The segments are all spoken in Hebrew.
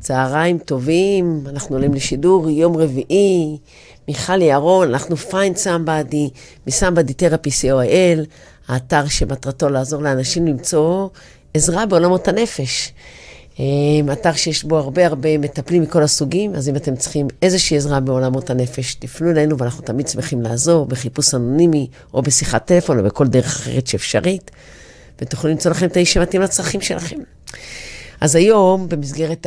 צהריים טובים, אנחנו עולים לשידור, יום רביעי, מיכל ירון, אנחנו Find Somebody, מ-Somebody Therapy Co.il, האתר שמטרתו לעזור לאנשים למצוא עזרה בעולמות הנפש. אתר שיש בו הרבה מטפלים מכל הסוגים, אז אם אתם צריכים איזושהי עזרה בעולמות הנפש, תפנו אלינו ואנחנו תמיד שמחים לעזור, בחיפוש אנונימי, או בשיחת טלפון, או בכל דרך אחרת שאפשרית, ותוכלו למצוא לכם את האיש שמתאים לצרכים שלכם. אז היום, במסגרת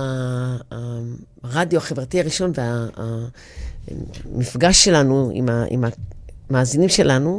הרדיו החברתי הראשון והמפגש שלנו עם המאזינים שלנו,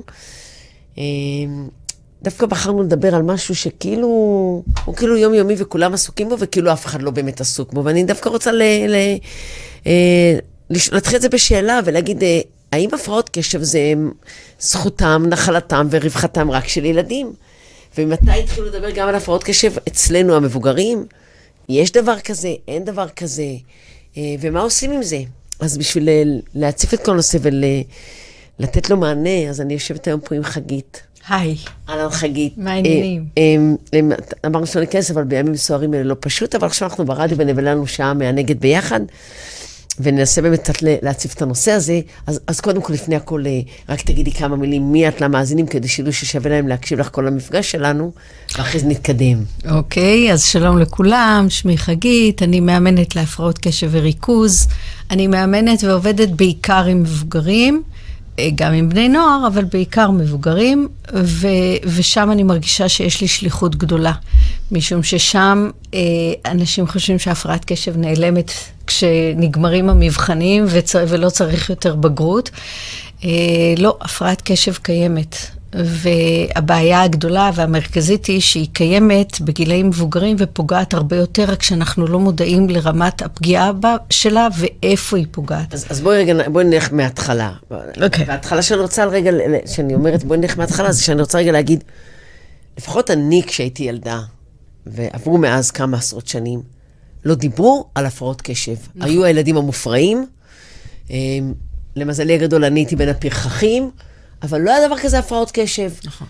דווקא בחרנו לדבר על משהו שכאילו, הוא כאילו יומיומי וכולם עסוקים בו, וכאילו אף אחד לא באמת עסוק בו. ואני דווקא רוצה להתחיל את זה בשאלה ולהגיד, האם הפרעות קשב זה זכותם, נחלתם ורווחתם רק של ילדים? ומתי התחילו לדבר גם על הפרעות קשב אצלנו המבוגרים? יש דבר כזה, אין דבר כזה, ומה עושים עם זה? אז בשביל להציף את כל הנושא ולתת לו מענה, אז אני יושבת היום פה עם חגית. היי. אהלן חגית. מה העניינים? אמרנו שלא ניכנס, אבל בימים סוערים האלה לא פשוט, אבל עכשיו אנחנו ברדיו ונבלה לנו שעה מהנגד ביחד, וננסה באמת קצת להציף את הנושא הזה. אז קודם כל, לפני הכל, רק תגידי כמה מילים, מי את למאזינים, כדי שילוי ששווה להם להקשיב לך כל המפגש שלנו, ואחרי זה נתקדם. אוקיי, אז שלום לכולם, שמי חגית, אני מאמנת להפרעות קשב וריכוז, אני מאמנת ועובדת בעיקר עם מבוגרים, גם עם בני נוער, אבל בעיקר מבוגרים, ושם אני מרגישה שיש לי שליחות גדולה, משום ששם אנשים חושבים שהפרעת קשב נעלמת כשנגמרים המבחנים ולא צריך יותר בגרות. לא, הפרעת קשב קיימת, והבעיה הגדולה והמרכזית היא שהיא קיימת בגילאים מבוגרים ופוגעת הרבה יותר, רק שאנחנו לא מודעים לרמת הפגיעה שלה ואיפה היא פוגעת. אז בואי נלך מההתחלה. וההתחלה שאני רוצה רגע, שאני אומרת בואי נלך מההתחלה, זה שאני רוצה רגע להגיד, לפחות אני כשהייתי ילדה, ועברו מאז כמה עשרות שנים, לא דיברו על הפרעות קשב. היו הילדים המופרעים, למזלי הגדול אני הייתי בין הפרחחים, אבל לא היה דבר כזה הפרעות קשב. נכון.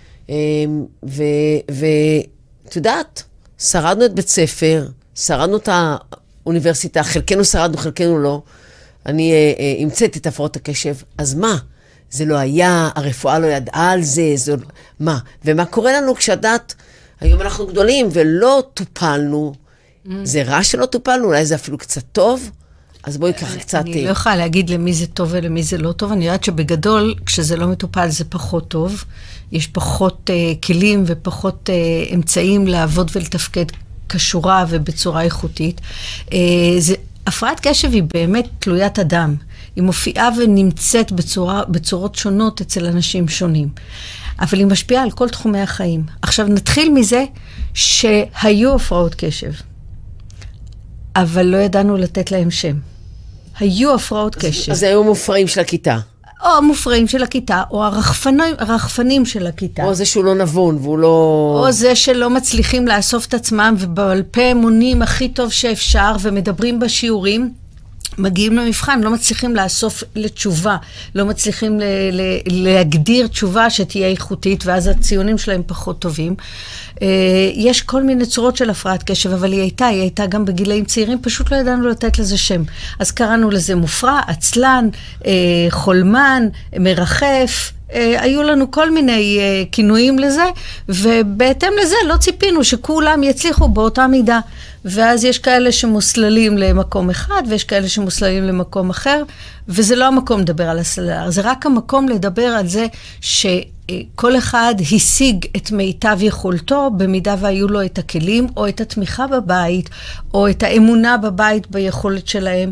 ואת יודעת, שרדנו את בית ספר, שרדנו את האוניברסיטה, חלקנו שרדנו, חלקנו לא. אני המצאתי את הפרעות הקשב, אז מה? זה לא היה, הרפואה לא ידעה על זה, מה? ומה קורה לנו כשהדת, היום אנחנו גדולים ולא טופלנו, זה רע שלא טופלנו, אולי זה אפילו קצת טוב, אז בואי ככה קצת... אני לא יכולה להגיד למי זה טוב ולמי זה לא טוב, אני יודעת שבגדול, כשזה לא מטופל זה פחות טוב, יש פחות כלים ופחות אמצעים לעבוד ולתפקד כשורה ובצורה איכותית. הפרעת קשב היא באמת תלוית אדם, היא מופיעה ונמצאת בצורות שונות אצל אנשים שונים, אבל היא משפיעה על כל תחומי החיים. עכשיו נתחיל מזה שהיו הפרעות קשב, אבל לא ידענו לתת להם שם. היו הפרעות קשב. אז היו מופרעים של הכיתה. או המופרעים של הכיתה, או הרחפנים של הכיתה. או זה שהוא לא נבון, והוא לא... או זה שלא מצליחים לאסוף את עצמם, ובעל פה הם עונים הכי טוב שאפשר, ומדברים בשיעורים, מגיעים למבחן, לא מצליחים לאסוף לתשובה, לא מצליחים להגדיר תשובה שתהיה איכותית, ואז הציונים שלהם פחות טובים. יש כל מיני צורות של הפרעת קשב, אבל היא הייתה גם בגילאים צעירים, פשוט לא ידענו לתת לזה שם. אז קראנו לזה מופרע, עצלן, חולמן, מרחף, היו לנו כל מיני כינויים לזה, ובהתאם לזה לא ציפינו שכולם יצליחו באותה מידה. ואז יש כאלה שמוסללים למקום אחד, ויש כאלה שמוסללים למקום אחר, וזה לא המקום לדבר על הסללה, זה רק המקום לדבר על זה שכל אחד השיג את מיטב יכולתו, במידה והיו לו את הכלים, או את התמיכה בבית, או את האמונה בבית ביכולת שלהם,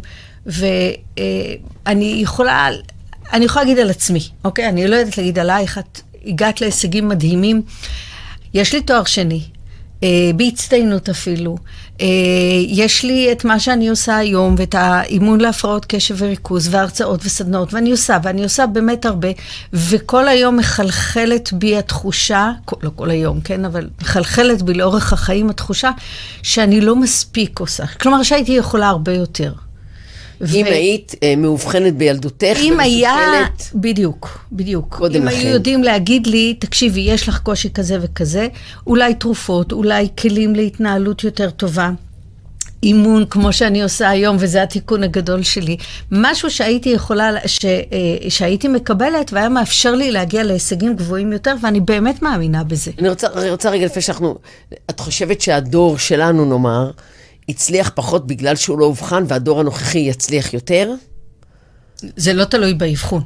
ואני יכולה להגיד על עצמי, אוקיי? אני לא יודעת להגיד עלייך, את הגעת להישגים מדהימים. יש לי תואר שני, בהצטיינות אפילו. יש לי את מה שאני עושה היום, ואת האימון להפרעות קשב וריכוז, והרצאות וסדנאות, ואני עושה באמת הרבה, וכל היום מחלחלת בי התחושה, לא כל היום, כן, אבל מחלחלת בי לאורך החיים התחושה, שאני לא מספיק עושה. כלומר, שהייתי יכולה הרבה יותר. אם היית מאובחנת בילדותך, אם היה, בדיוק. אם היו יודעים להגיד לי, תקשיבי, יש לך קושי כזה וכזה, אולי תרופות, אולי כלים להתנהלות יותר טובה, אימון כמו שאני עושה היום, וזה התיקון הגדול שלי. משהו שהייתי יכולה, שהייתי מקבלת, והיה מאפשר לי להגיע להישגים גבוהים יותר, ואני באמת מאמינה בזה. אני רוצה רגע לפני את חושבת שהדור שלנו, נאמר, הצליח פחות בגלל שהוא לא הובחן, והדור הנוכחי יצליח יותר? זה לא תלוי באבחון.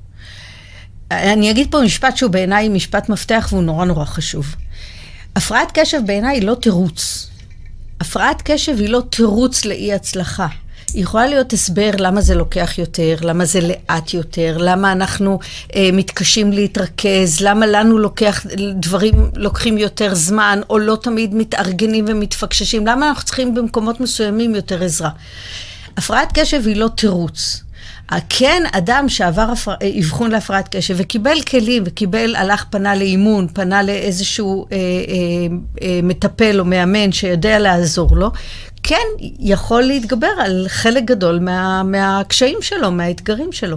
אני אגיד פה משפט שהוא בעיניי משפט מפתח, והוא נורא נורא חשוב. הפרעת קשב בעיניי היא לא תירוץ. הפרעת קשב היא לא תירוץ לאי הצלחה. היא יכולה להיות הסבר למה זה לוקח יותר, למה זה לאט יותר, למה אנחנו מתקשים להתרכז, למה לנו דברים לוקחים יותר זמן, או לא תמיד מתארגנים ומתפקששים, למה אנחנו צריכים במקומות מסוימים יותר עזרה. הפרעת קשב היא לא תירוץ. כן, אדם שעבר אבחון להפרעת קשב וקיבל כלים הלך, פנה לאימון, פנה לאיזשהו מטפל או מאמן שיודע לעזור לו, כן יכול להתגבר על חלק גדול מהקשיים שלו, מהאתגרים שלו.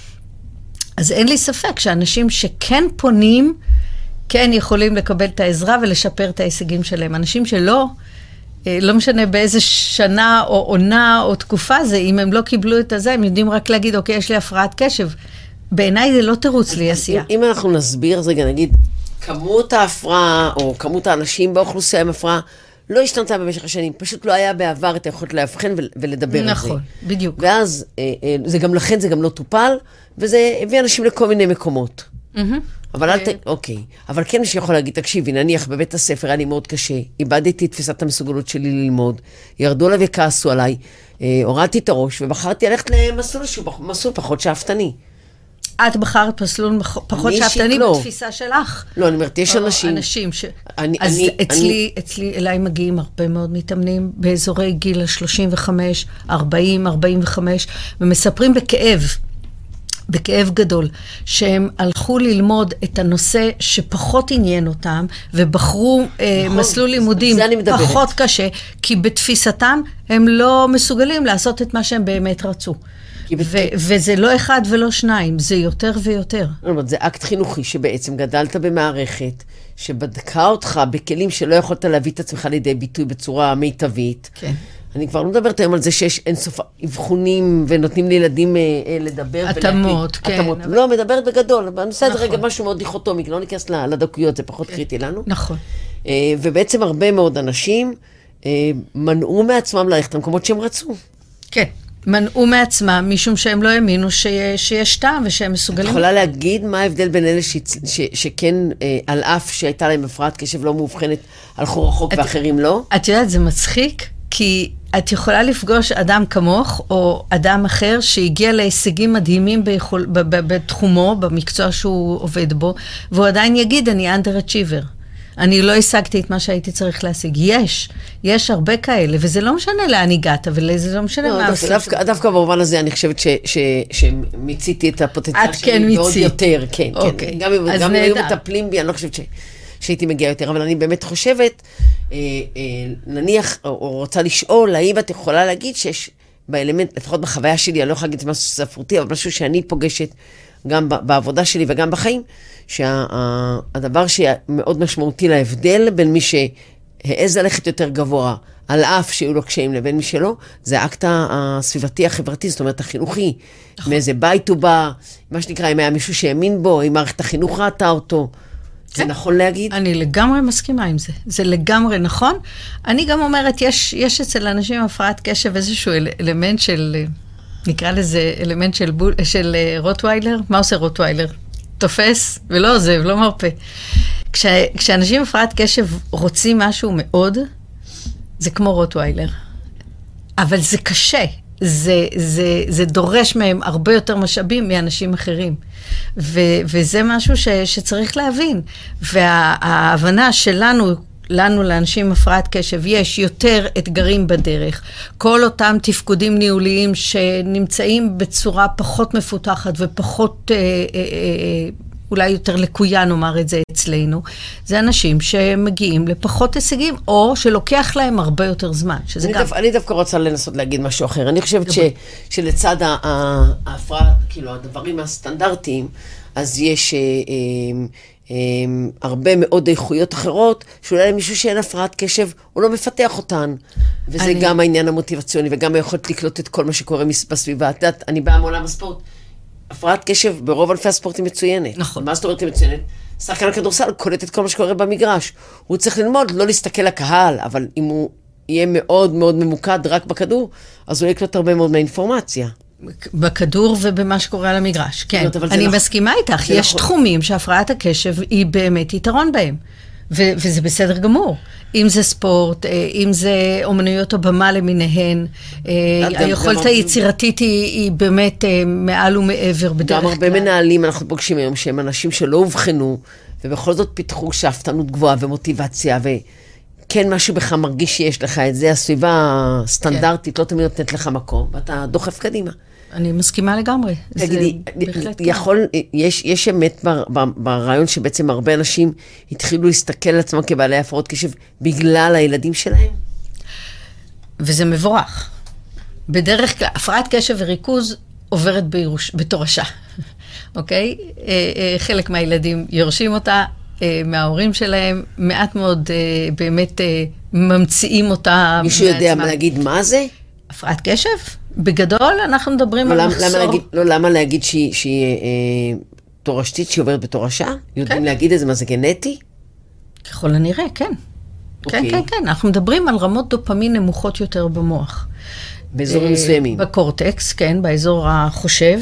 אז אין לי ספק שאנשים שכן פונים, כן יכולים לקבל את העזרה ולשפר את ההישגים שלהם. אנשים שלא, לא משנה באיזה שנה או עונה או תקופה זה, אם הם לא קיבלו את הזה, הם יודעים רק להגיד, אוקיי, יש לי הפרעת קשב. בעיניי זה לא תירוץ לי עשייה. אם אנחנו נסביר, אז רגע נגיד, כמות ההפרעה או כמות האנשים באוכלוסייה עם הפרעה, לא השתנתה במשך השנים, פשוט לא היה בעבר את היכולת להבחן ולדבר על זה. נכון, בדיוק. ואז, לכן זה גם לא טופל, וזה הביא אנשים לכל מיני מקומות. אבל אוקיי. אבל כן שיכול להגיד, תקשיבי, נניח בבית הספר היה לי מאוד קשה, איבדתי את תפיסת המסוגלות שלי ללמוד, ירדו עליו וכעסו עליי, הורדתי את הראש, ובחרתי ללכת למסלול שהוא מסלול פחות שאפתני. את בחרת מסלול פחות שאפתני בתפיסה שלך? לא, אני אומרת, יש אנשים אז אצלי אליי מגיעים הרבה מאוד מתאמנים באזורי גיל ה-35, 40, 45, ומספרים בכאב גדול, שהם הלכו ללמוד את הנושא שפחות עניין אותם, ובחרו מסלול לימודים פחות קשה, כי בתפיסתם הם לא מסוגלים לעשות את מה שהם באמת רצו. וזה לא אחד ולא שניים, זה יותר ויותר. זה אקט חינוכי שבעצם גדלת במערכת, שבדקה אותך בכלים שלא יכולת להביא את עצמך לידי ביטוי בצורה מיטבית. כן. אני כבר לא מדברת היום על זה שיש אינסוף אבחונים ונותנים לילדים לדבר. התאמות, כן. לא, מדברת בגדול. בנושא הזה רגע משהו מאוד דיכוטומי, לא ניכנס לדקויות, זה פחות קריטי לנו. נכון. ובעצם הרבה מאוד אנשים מנעו מעצמם ללכת למקומות שהם רצו. כן. מנעו מעצמם, משום שהם לא האמינו שיש טעם ושהם מסוגלים. את יכולה להגיד מה ההבדל בין אלה שכן, על אף שהייתה להם הפרעת קשב לא מאובחנת, הלכו רחוק ואחרים לא? את יודעת, זה מצחיק, כי את יכולה לפגוש אדם כמוך, או אדם אחר שהגיע להישגים מדהימים בתחומו, במקצוע שהוא עובד בו, והוא עדיין יגיד, אני underachiever. אני לא השגתי את מה שהייתי צריך להשיג. יש הרבה כאלה, וזה לא משנה לאן הגעת, וזה לא משנה מה עושה. דווקא במובן הזה אני חושבת שמיציתי את הפוטנציאל שלי ועוד יותר, כן. גם אם היו מטפלים בי, אני לא חושבת שהייתי מגיעה יותר, אבל אני באמת חושבת, נניח, או רוצה לשאול, האם את יכולה להגיד שיש באלמנט, לפחות בחוויה שלי, אני לא יכולה להגיד את משהו ספרותי, אבל משהו שאני פוגשת גם בעבודה שלי וגם בחיים, שהדבר שמאוד משמעותי להבדל בין מי שהעז ללכת יותר גבוה, על אף שהיו לו קשיים לבין מי שלא, זה האקט הסביבתי החברתי, זאת אומרת החינוכי, מאיזה בית הוא בא, מה שנקרא, אם היה מישהו שהאמין בו, אם מערכת החינוך ראתה אותו, זה נכון להגיד? אני לגמרי מסכימה עם זה. זה לגמרי נכון. אני גם אומרת, יש אצל אנשים עם הפרעת קשב איזשהו אלמנט של, נקרא לזה אלמנט של רוטוויילר. מה עושה רוטוויילר? תופס ולא עוזב, לא מרפא. כשאנשים עם הפרעת קשב רוצים משהו מאוד, זה כמו רוטוויילר. אבל זה קשה. זה דורש מהם הרבה יותר משאבים מאנשים אחרים. וזה משהו שצריך להבין. וההבנה שלנו, לאנשים עם הפרעת קשב, יש יותר אתגרים בדרך. כל אותם תפקודים ניהוליים שנמצאים בצורה פחות מפותחת ופחות, אולי יותר לקויה, נאמר את זה אצלנו, זה אנשים שמגיעים לפחות הישגים, או שלוקח להם הרבה יותר זמן. אני דווקא רוצה לנסות להגיד משהו אחר. אני חושבת שלצד ההפרעה, כאילו הדברים הסטנדרטיים, אז יש הרבה מאוד איכויות אחרות, שאולי למישהו שאין הפרעת קשב, הוא לא מפתח אותן. וזה גם העניין המוטיבציוני, וגם היכולת לקלוט את כל מה שקורה בסביבה. את יודעת, אני באה מעולם הספורט, הפרעת קשב ברוב ענפי הספורט היא מצוינת. נכון. מה זאת אומרת היא מצוינת? שחקן הכדורסל קולט את כל מה שקורה במגרש. הוא צריך ללמוד, לא להסתכל לקהל, אבל אם הוא יהיה מאוד מאוד ממוקד רק בכדור, אז הוא יקלוט הרבה מאוד מהאינפורמציה. בכדור ובמה שקורה על המגרש, כן. אני מסכימה איתך, יש תחומים שהפרעת הקשב היא באמת יתרון בהם. וזה בסדר גמור. אם זה ספורט, אם זה אומנויות הבמה למיניהן, היכולת היצירתית היא באמת מעל ומעבר בדרך כלל. גם הרבה מנהלים אנחנו פוגשים היום שהם אנשים שלא הובחנו, ובכל זאת פיתחו שאפתנות גבוהה ומוטיבציה, וכן משהו בך מרגיש שיש לך את זה, הסביבה הסטנדרטית לא תמיד נותנת לך מקום, ואתה דוחף קדימה. אני מסכימה לגמרי. תגידי, יש אמת ברעיון שבעצם הרבה אנשים התחילו להסתכל על עצמם כבעלי הפרעות קשב בגלל הילדים שלהם? וזה מבורך. בדרך כלל, הפרעת קשב וריכוז עוברת בתורשה, אוקיי? חלק מהילדים יורשים אותה מההורים שלהם, מעט מאוד באמת ממציאים אותה. מישהו יודע להגיד מה זה? הפרעת קשב? בגדול אנחנו מדברים על מחסור. למה להגיד שהיא תורשתית, שהיא עוברת בתורשה? יודעים להגיד את זה, מה זה גנטי? ככל הנראה, כן. כן, כן, כן. אנחנו מדברים על רמות דופמין נמוכות יותר במוח. באזורים מסוימים. בקורטקס, כן, באזור החושב,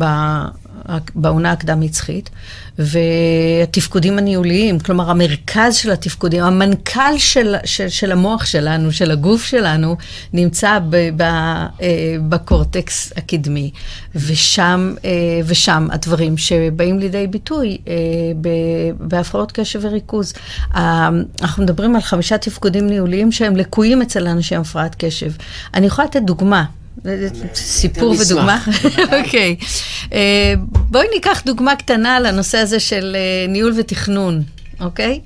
בעונה הקדם-מצחית, והתפקודים הניהוליים, כלומר המרכז של התפקודים, המנכ"ל של המוח שלנו, של הגוף שלנו, נמצא בקורטקס הקדמי, ושם הדברים שבאים לידי ביטוי בהפרעות קשב וריכוז. אנחנו מדברים על 5 תפקודים ניהוליים שהם לקויים אצל אנשים הפרעת קשב. אני יכולה לתת דוגמה. סיפור ודוגמה. אוקיי. בואי ניקח דוגמה קטנה לנושא הזה של ניהול ותכנון, אוקיי?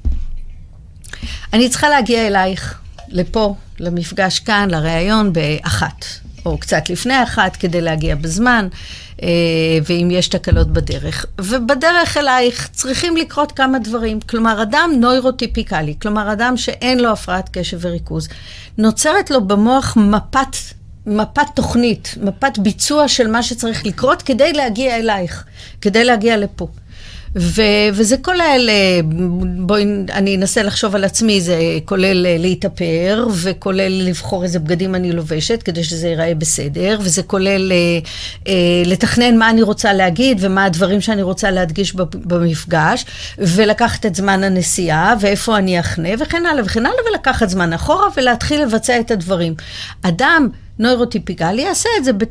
אני צריכה להגיע אלייך, לפה, למפגש כאן, לראיון ב-1, או קצת לפני 1, כדי להגיע בזמן, ואם יש תקלות בדרך. ובדרך אלייך צריכים לקרות כמה דברים. כלומר, אדם נוירוטיפיקלי, כלומר, אדם שאין לו הפרעת קשב וריכוז, נוצרת לו במוח מפת תוכנית, מפת ביצוע של מה שצריך לקרות כדי להגיע אלייך, כדי להגיע לפה. וזה כולל, אני אנסה לחשוב על עצמי, זה כולל להתאפר, וכולל לבחור איזה בגדים אני לובשת, כדי שזה ייראה בסדר, וזה כולל לתכנן מה אני רוצה להגיד, ומה הדברים שאני רוצה להדגיש במפגש, ולקחת את זמן הנסיעה, ואיפה אני אחנה, וכן הלאה וכן הלאה, ולקחת זמן אחורה, ולהתחיל לבצע את הדברים. אדם נוירוטיפיקלי יעשה את זה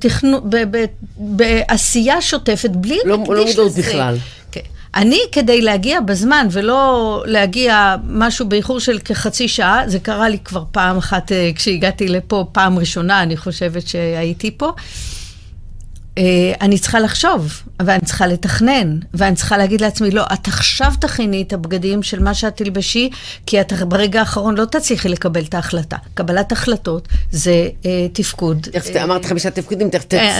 בעשייה שוטפת, בלי להקדיש לזה. בכלל. אני, כדי להגיע בזמן ולא להגיע משהו באיחור של כחצי שעה, זה קרה לי כבר פעם אחת כשהגעתי לפה, פעם ראשונה, אני חושבת שהייתי פה, אני צריכה לחשוב, ואני צריכה לתכנן, ואני צריכה להגיד לעצמי, לא, את עכשיו תכיני את הבגדים של מה שאת תלבשי, כי את ברגע האחרון לא תצליחי לקבל את ההחלטה. קבלת החלטות זה תפקוד. אמרת 5 תפקודים,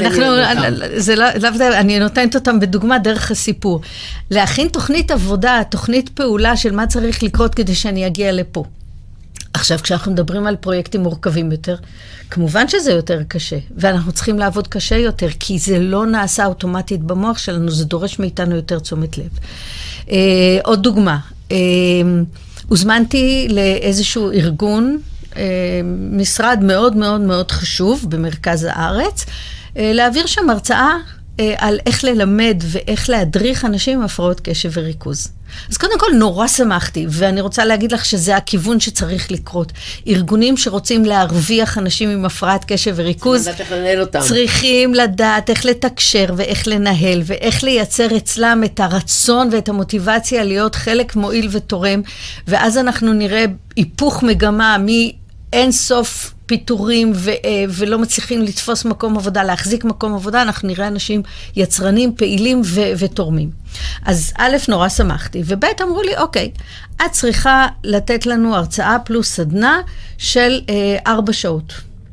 אני נותנת אותם בדוגמה דרך הסיפור. להכין תוכנית עבודה, תוכנית פעולה של מה צריך לקרות כדי שאני אגיע לפה. עכשיו, כשאנחנו מדברים על פרויקטים מורכבים יותר, כמובן שזה יותר קשה, ואנחנו צריכים לעבוד קשה יותר, כי זה לא נעשה אוטומטית במוח שלנו, זה דורש מאיתנו יותר תשומת לב. עוד דוגמה, הוזמנתי לאיזשהו ארגון, משרד מאוד מאוד מאוד חשוב במרכז הארץ, להעביר שם הרצאה על איך ללמד ואיך להדריך אנשים עם הפרעות קשב וריכוז. אז קודם כל נורא שמחתי, ואני רוצה להגיד לך שזה הכיוון שצריך לקרות. ארגונים שרוצים להרוויח אנשים עם הפרעת קשב וריכוז, צריכים לדעת איך לתקשר ואיך לנהל, ואיך לייצר אצלם את הרצון ואת המוטיבציה להיות חלק מועיל ותורם, ואז אנחנו נראה היפוך מגמה מאין סוף פיתורים ולא מצליחים לתפוס מקום עבודה, להחזיק מקום עבודה, אנחנו נראה אנשים יצרנים, פעילים ותורמים. אז א', נורא שמחתי, וב', אמרו לי, אוקיי, את צריכה לתת לנו הרצאה פלוס סדנה של 4 שעות.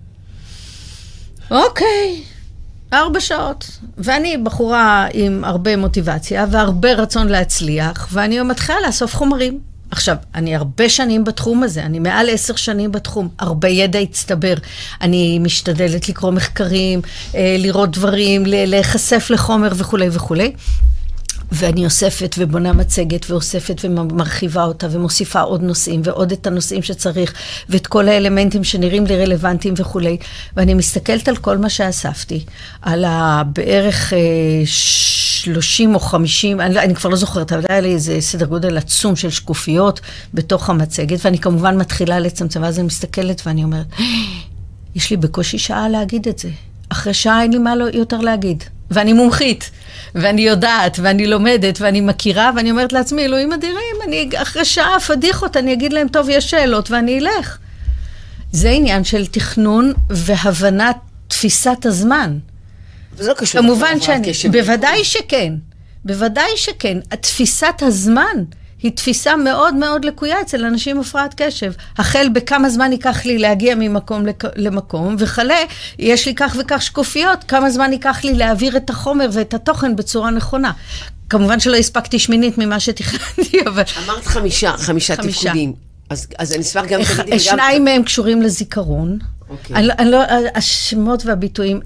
אוקיי, 4 שעות. ואני בחורה עם הרבה מוטיבציה והרבה רצון להצליח, ואני מתחילה לאסוף חומרים. עכשיו, אני הרבה שנים בתחום הזה, אני מעל 10 שנים בתחום, הרבה ידע הצטבר. אני משתדלת לקרוא מחקרים, לראות דברים, להיחשף לחומר וכו' וכו'. ואני אוספת ובונה מצגת ואוספת ומרחיבה אותה ומוסיפה עוד נושאים ועוד את הנושאים שצריך ואת כל האלמנטים שנראים לי רלוונטיים וכו'. ואני מסתכלת על כל מה שאספתי, על בערך 30 או 50, אני כבר לא זוכרת, אבל היה לי איזה סדר גודל עצום של שקופיות בתוך המצגת, ואני כמובן מתחילה לצמצם, ואז אני מסתכלת ואני אומרת, יש לי בקושי שעה להגיד את זה. אחרי שעה אין לי מה יותר להגיד. ואני מומחית, ואני יודעת, ואני לומדת, ואני מכירה, ואני אומרת לעצמי, אלוהים אדירים, אני אחרי שעה פדיחות, אני אגיד להם, טוב, יש שאלות, ואני אלך. זה עניין של תכנון והבנת תפיסת הזמן. וזה לא קשור. כמובן שאני, בוודאי שכן, בוודאי שכן. תפיסת הזמן היא תפיסה מאוד מאוד לקויה אצל אנשים עם הפרעת קשב. החל בכמה זמן ייקח לי להגיע ממקום למקום, וחלה, יש לי כך וכך שקופיות, כמה זמן ייקח לי להעביר את החומר ואת התוכן בצורה נכונה. כמובן שלא הספקתי שמינית ממה שתכננתי, אבל... אמרת חמישה תפקודים. אז אני אשמח גם... שניים מהם קשורים לזיכרון. השמות והביטויים,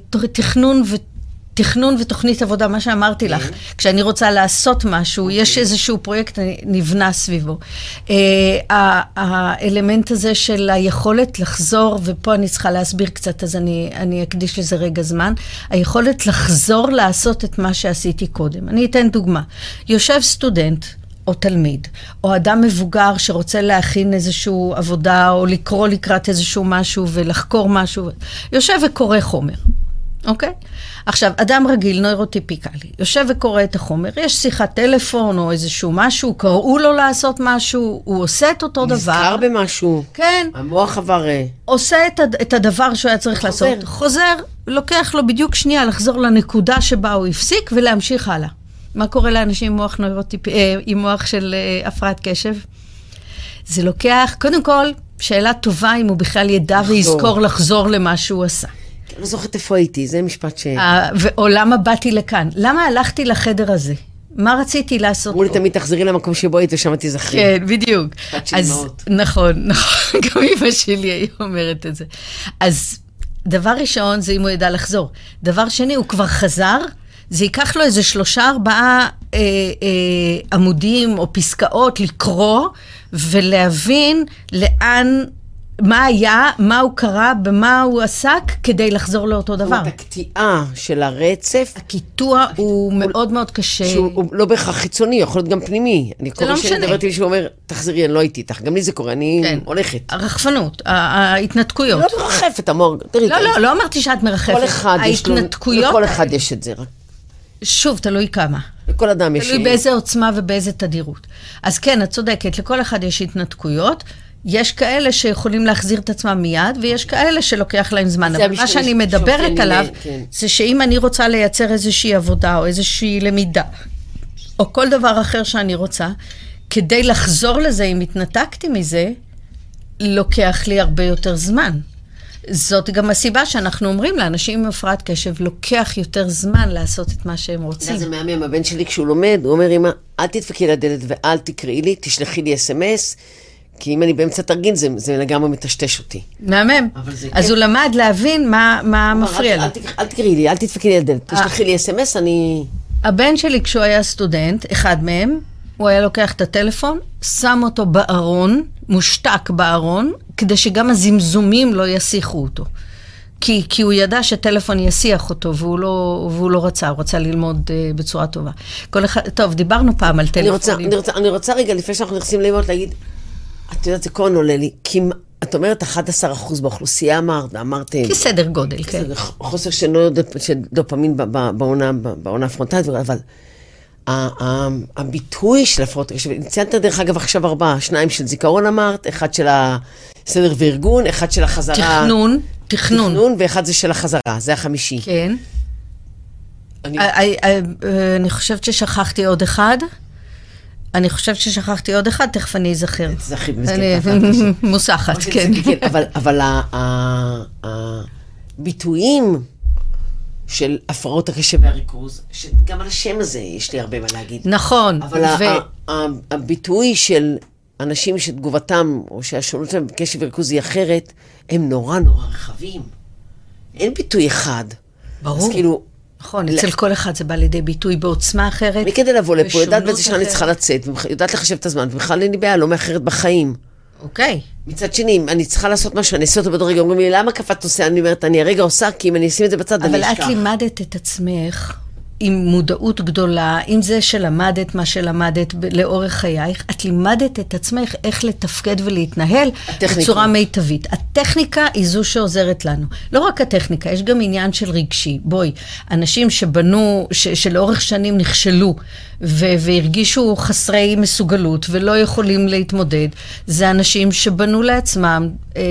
תכנון ותוכנית עבודה, מה שאמרתי לך, כשאני רוצה לעשות משהו, יש איזשהו פרויקט נבנה סביבו. האלמנט הזה של היכולת לחזור, ופה אני צריכה להסביר קצת, אז אני אקדיש לזה רגע זמן, היכולת לחזור לעשות את מה שעשיתי קודם. אני אתן דוגמה. יושב סטודנט, או תלמיד, או אדם מבוגר שרוצה להכין איזשהו עבודה, או לקרוא לקראת איזשהו משהו, ולחקור משהו, יושב וקורא חומר. אוקיי? עכשיו, אדם רגיל, נוירוטיפיקלי, יושב וקורא את החומר, יש שיחת טלפון או איזשהו משהו, קראו לו לעשות משהו, הוא עושה את אותו דבר. נזכר במשהו. כן. המוח עבר... עושה את הדבר שהוא היה צריך לעשות. חוזר, לוקח לו בדיוק שנייה לחזור לנקודה שבה הוא הפסיק ולהמשיך הלאה. מה קורה לאנשים עם מוח עם מוח של הפרעת קשב? זה לוקח, קודם כל, שאלה טובה אם הוא בכלל ידע ויזכור לחזור למה שהוא עשה. אני לא זוכרת איפה הייתי, זה משפט ש... או למה באתי לכאן? למה הלכתי לחדר הזה? מה רציתי לעשות? אמרו לי תמיד תחזרי למקום שבו היית ושם תזכרי. כן, בדיוק. נכון, גם אמא שלי היא אומרת את זה. אז דבר ראשון זה אם הוא ידע לחזור. דבר שני, הוא כבר חזר, זה ייקח לו איזה 3-4 עמודים או פסקאות לקרוא ולהבין לאן... מה היה, מה הוא קרא, במה הוא עסק, כדי לחזור לאותו דבר. זאת אומרת, הקטיעה של הרצף... הקיטוע הוא מאוד מאוד קשה. שהוא לא בהכרח חיצוני, יכול להיות גם פנימי. זה לא משנה. אני מדברתי שהוא אומר, תחזרי, אני לא הייתי איתך. גם לי זה קורה, אני הולכת. הרחפנות, ההתנתקויות. לא מרחפת, אמור. לא אמרתי שאת מרחפת. כל אחד יש לו... לכל אחד יש את זה. שוב, תלוי כמה. לכל אדם יש... תלוי באיזה עוצמה ובאיזה תדירות. אז כן, את צודקת, לכל אחד יש התנתקויות. יש כאלה שיכולים להחזיר את עצמם מיד, ויש כאלה שלוקח להם זמן. אבל מה שאני מדברת עליו, זה שאם אני רוצה לייצר איזושהי עבודה, או איזושהי למידה, או כל דבר אחר שאני רוצה, כדי לחזור לזה, אם התנתקתי מזה, לוקח לי הרבה יותר זמן. זאת גם הסיבה שאנחנו אומרים לאנשים עם הפרעת קשב, לוקח יותר זמן לעשות את מה שהם רוצים. זה מהמם, הבן שלי כשהוא לומד, הוא אומר, אמא, אל תדפקי לדלת ואל תקראי לי, תשלחי לי SMS, כי אם אני באמצע תרגיל, זה לגמרי מטשטש אותי. מהמם. אז הוא למד להבין מה מפריע לי. אל תקראי לי, אל תדפקי לי לדלת, תשלחי לי SMS, אני... הבן שלי כשהוא היה סטודנט, אחד מהם, הוא היה לוקח את הטלפון, שם אותו בארון, מושתק בארון, כדי שגם הזמזומים לא יסיחו אותו. כי הוא ידע שטלפון יסיח אותו, והוא לא רצה, הוא רצה ללמוד בצורה טובה. טוב, דיברנו פעם על טלפונים. אני רוצה רגע, לפני שאנחנו נכנסים ללמוד, להגיד, את יודעת, זה כהן עולה לי, כי את אומרת 11% באוכלוסייה אמרתם... כסדר גודל, כן. חוסר של דופמין בעונה הפרונטלית, אבל הביטוי של הפרעות קשב, ציינת דרך אגב עכשיו 4, 2 של זיכרון אמרת, 1 של הסדר וארגון, 1 של החזרה... תכנון. ואחד זה של החזרה, זה החמישי. כן. אני חושבת ששכחתי עוד אחד. תכף אני אזכר. תזכרי, מוסחת, כן. אבל הביטויים של הפרעות הקשב והריכוז, שגם על השם הזה יש לי הרבה מה להגיד. נכון. אבל הביטוי של אנשים שתגובתם, או שהשונות שלהם בקשב וריכוז היא אחרת, הם נורא נורא רחבים. אין ביטוי אחד. ברור. אז כאילו... נכון, אצל כל אחד זה בא לידי ביטוי בעוצמה אחרת. מכדי לבוא לפה, יודעת באיזה שעה אני צריכה לצאת, יודעת לחשב את הזמן, ובכלל אין לי בעיה, לא מאחרת בחיים. אוקיי. מצד שני, אני צריכה לעשות משהו, אני אעשה אותו בדרגע, אומרים לי, למה קפת עושה? אני אומרת, אני הרגע עושה, כי אם אני אשים את זה בצד, אני אשכח. אבל את לימדת את עצמך עם מודעות גדולה, עם זה שלמדת מה שלמדת לאורך חייך, את לימדת את עצמך איך לתפקד ולהתנהל בצורה מיטבית. הטכניקה היא זו שעוזרת לנו. לא רק הטכניקה, יש גם עניין של רגשי. בואי, אנשים שבנו, שלאורך שנים נכשלו, והרגישו חסרי מסוגלות ולא יכולים להתמודד, זה אנשים שבנו לעצמם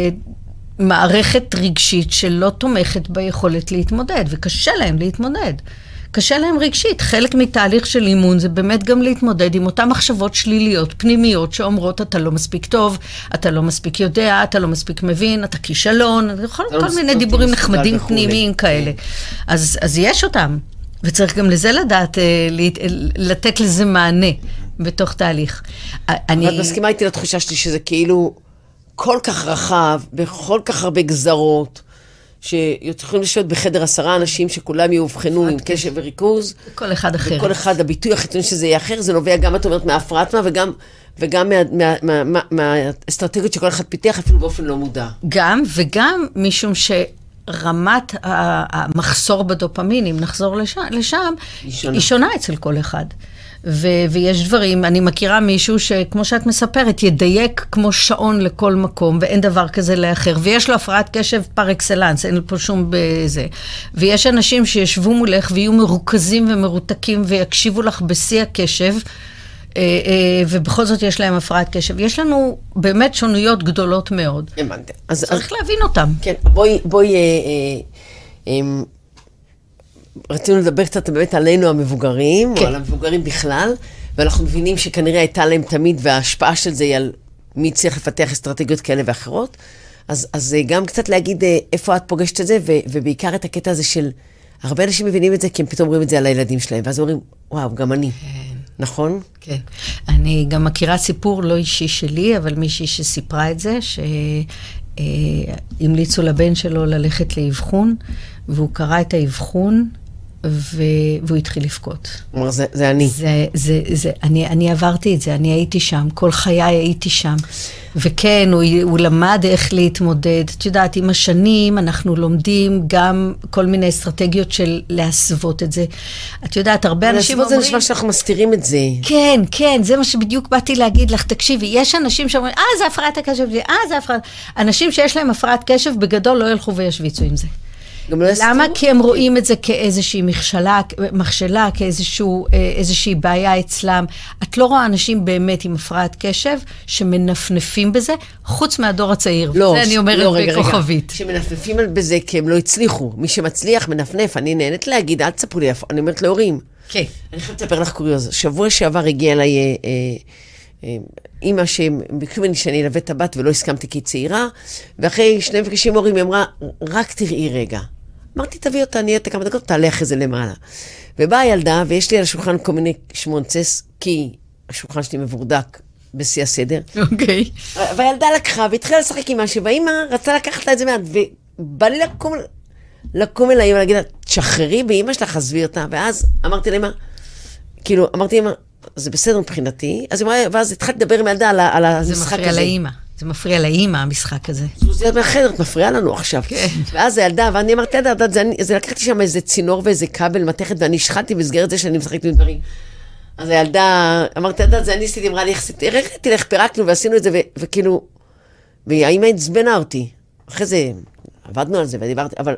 מערכת רגשית שלא תומכת ביכולת להתמודד, וקשה להם להתמודד. קשה להם רגשית. חלק מתהליך של אימון זה באמת גם להתמודד עם אותן מחשבות שליליות, פנימיות, שאומרות, אתה לא מספיק טוב, אתה לא מספיק יודע, אתה לא מספיק מבין, אתה כישלון, כל מיני דיבורים נחמדים פנימיים כאלה. אז יש אותם, וצריך גם לזה לדעת, לתת לזה מענה בתוך תהליך. את מסכימה איתי לתחושה שלי שזה כאילו כל כך רחב, בכל כך הרבה גזרות, שיכולים לשבת בחדר 10 אנשים שכולם יאובחנו עם קשב וריכוז. כל אחד אחר. וכל אחד, הביטוי החיצוני שזה יהיה אחר, זה נובע גם, את אומרת, מהפרעת וגם מהאסטרטגיות שכל אחד פיתח, אפילו באופן לא מודע. גם, וגם משום שרמת המחסור בדופמין, אם נחזור לשם, היא שונה אצל כל אחד. ויש דברים, אני מכירה מישהו שכמו שאת מספרת, ידייק כמו שעון לכל מקום, ואין דבר כזה לאחר, ויש לו הפרעת קשב פר אקסלנס, אין פה שום בזה. ויש אנשים שישבו מולך ויהיו מרוכזים ומרותקים, ויקשיבו לך בשיא הקשב, ובכל זאת יש להם הפרעת קשב. יש לנו באמת שונויות גדולות מאוד. צריך להבין אותם. כן, בואי רצינו לדבר קצת באמת עלינו המבוגרים, או על המבוגרים בכלל, ואנחנו מבינים שכנראה הייתה להם תמיד, וההשפעה של זה היא על מי צריך לפתח אסטרטגיות כאלה ואחרות. אז גם קצת להגיד איפה את פוגשת את זה, ובעיקר את הקטע הזה של, הרבה אנשים מבינים את זה, כי הם פתאום רואים את זה על הילדים שלהם, ואז אומרים, וואו, גם אני. נכון? כן. אני גם מכירה סיפור לא אישי שלי, אבל מישהי שסיפרה את זה, שהמליצו לבן שלו ללכת לאבחון, והוא קרא את האבחון, והוא התחיל לבכות. הוא אומר, זה אני. אני עברתי את זה, אני הייתי שם, כל חיי הייתי שם. וכן, הוא למד איך להתמודד. את יודעת, עם השנים אנחנו לומדים גם כל מיני אסטרטגיות של להסוות את זה. את יודעת, הרבה אנשים אומרים... להסוות זה נשמע שאנחנו מסתירים את זה. כן, כן, זה מה שבדיוק באתי להגיד לך. תקשיבי, יש אנשים שאומרים, זה הפרעת הקשב, זה הפרעת... אנשים שיש להם הפרעת קשב, בגדול לא ילכו וישוויצו עם זה. למה? כי הם רואים את זה כאיזושהי מכשלה, כאיזושהי בעיה אצלם. את לא רואה אנשים באמת עם הפרעת קשב שמנפנפים בזה, חוץ מהדור הצעיר. לא, זה אני אומרת בכוכבית. שמנפנפים בזה כי הם לא הצליחו. מי שמצליח מנפנף. אני נהנית להגיד, אל תספרו לי, אני אומרת להורים. כן. אני חייבת לספר לך קוריוז. שבוע שעבר הגיע אליי אמא שהם ביקשו ממני שאני אלווה את הבת ולא הסכמתי כי היא צעירה, ואחרי 2 מפגשים הורים היא אמרה, רק תראי רגע. אמרתי, תביא אותה, אני אהיה כמה דקות, תעלה אחרי זה למעלה. ובאה הילדה, ויש לי על השולחן כל מיני שמונצס, כי השולחן שלי מבורדק בשיא הסדר. אוקיי. והילדה לקחה והתחילה לשחק עם משהו, והאמא רצה לקחת לה את זה מעט, ובא לי לקום אל האמא, להגיד לה, תשחררי, ואמא שלך עזבי אותה, ואז אמרתי לאמא, כאילו, אמרתי לאמא, זה בסדר מבחינתי, ואז התחלתי לדבר עם הילדה על המשחק הזה. זה מפריע לאמא. זה מפריע לאמא, המשחק הזה. זה מהחדר, את מפריעה לנו עכשיו. כן. ואז הילדה, ואני אמרתי, זה לקחתי שם איזה צינור ואיזה כבל מתכת, ואני השחלתי בסגרת זה שאני משחקת עם דברים. אז הילדה, אמרתי, זה אני עשיתי, אמרה לי, הראיתי לך, פירקנו ועשינו את זה, וכאילו, והאמא הצבנה אותי. אחרי זה, עבדנו על זה ודיברתי, אבל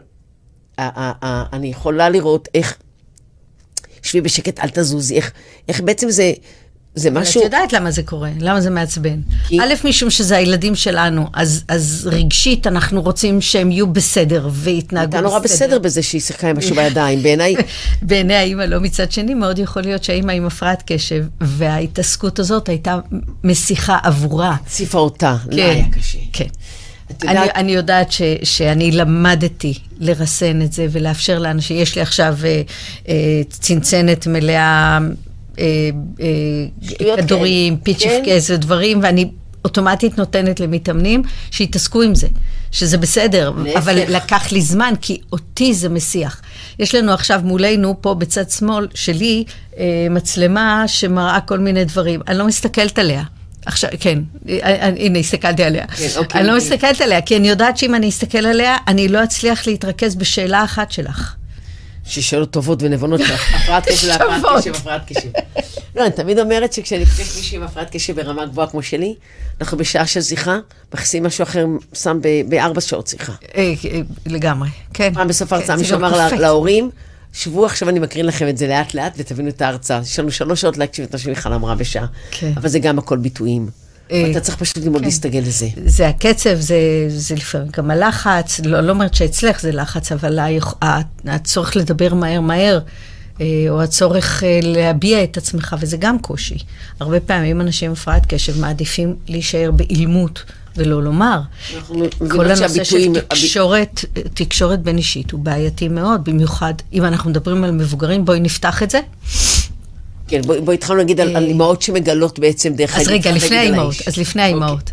אני יכולה לראות איך, שבי בשקט, אל תזוזי, איך בעצם זה משהו... את יודעת למה זה קורה, למה זה מעצבן. א', משום שזה הילדים שלנו, אז רגשית אנחנו רוצים שהם יהיו בסדר ויתנהגו בסדר. אתה נורא בסדר בזה שהיא שיחקה עם משהו בידיים, בעיניי. בעיני האמא לא, מצד שני, מאוד יכול להיות שהאמא עם הפרעת קשב, וההתעסקות הזאת הייתה משיחה עבורה. ציפה אותה, לא היה קשה. כן. אני יודעת שאני למדתי לרסן את זה ולאפשר לאנשים, יש לי עכשיו צנצנת מלאה כדורים, פיצ'פקס ודברים, ואני אוטומטית נותנת למתאמנים שיתעסקו עם זה, שזה בסדר, אבל לקח לי זמן, כי אותי זה מסיח. יש לנו עכשיו מולנו, פה בצד שמאל שלי, מצלמה שמראה כל מיני דברים. אני לא מסתכלת עליה. עכשיו, כן, הנה, הסתכלתי עליה. אני לא מסתכלת עליה, כי אני יודעת שאם אני אסתכל עליה, אני לא אצליח להתרכז בשאלה אחת שלך. ששאלות טובות ונבונות, הפרעת קשב להפרעת קשב, הפרעת קשב. לא, אני תמיד אומרת שכשאני פוגש מישהי עם הפרעת קשב ברמה גבוהה כמו שלי, אנחנו בשעה של שיחה, מכניסים משהו אחר, שם ב4 שעות שיחה. לגמרי, כן. פעם בסוף ההרצאה מישהו אמר להורים, שבו עכשיו אני מקרין לכם את זה לאט לאט, ותבינו את ההרצאה. יש לנו 3 שעות להקשיב את מה שמיכל אמרה בשעה, אבל זה גם הכל ביטויים. אתה צריך פשוט ללמוד להסתגל לזה. זה הקצב, זה לפעמים גם הלחץ, לא אומרת שאצלך זה לחץ, אבל הצורך לדבר מהר, או הצורך להביע את עצמך, וזה גם קושי. הרבה פעמים אנשים הפרעת קשב מעדיפים להישאר באילמות, ולא לומר. כל הנושא של תקשורת בין אישית הוא בעייתי מאוד, במיוחד אם אנחנו מדברים על מבוגרים, בואי נפתח את זה. כן, בואי התחלנו להגיד על אימהות שמגלות בעצם דרך... אז רגע, לפני האימהות.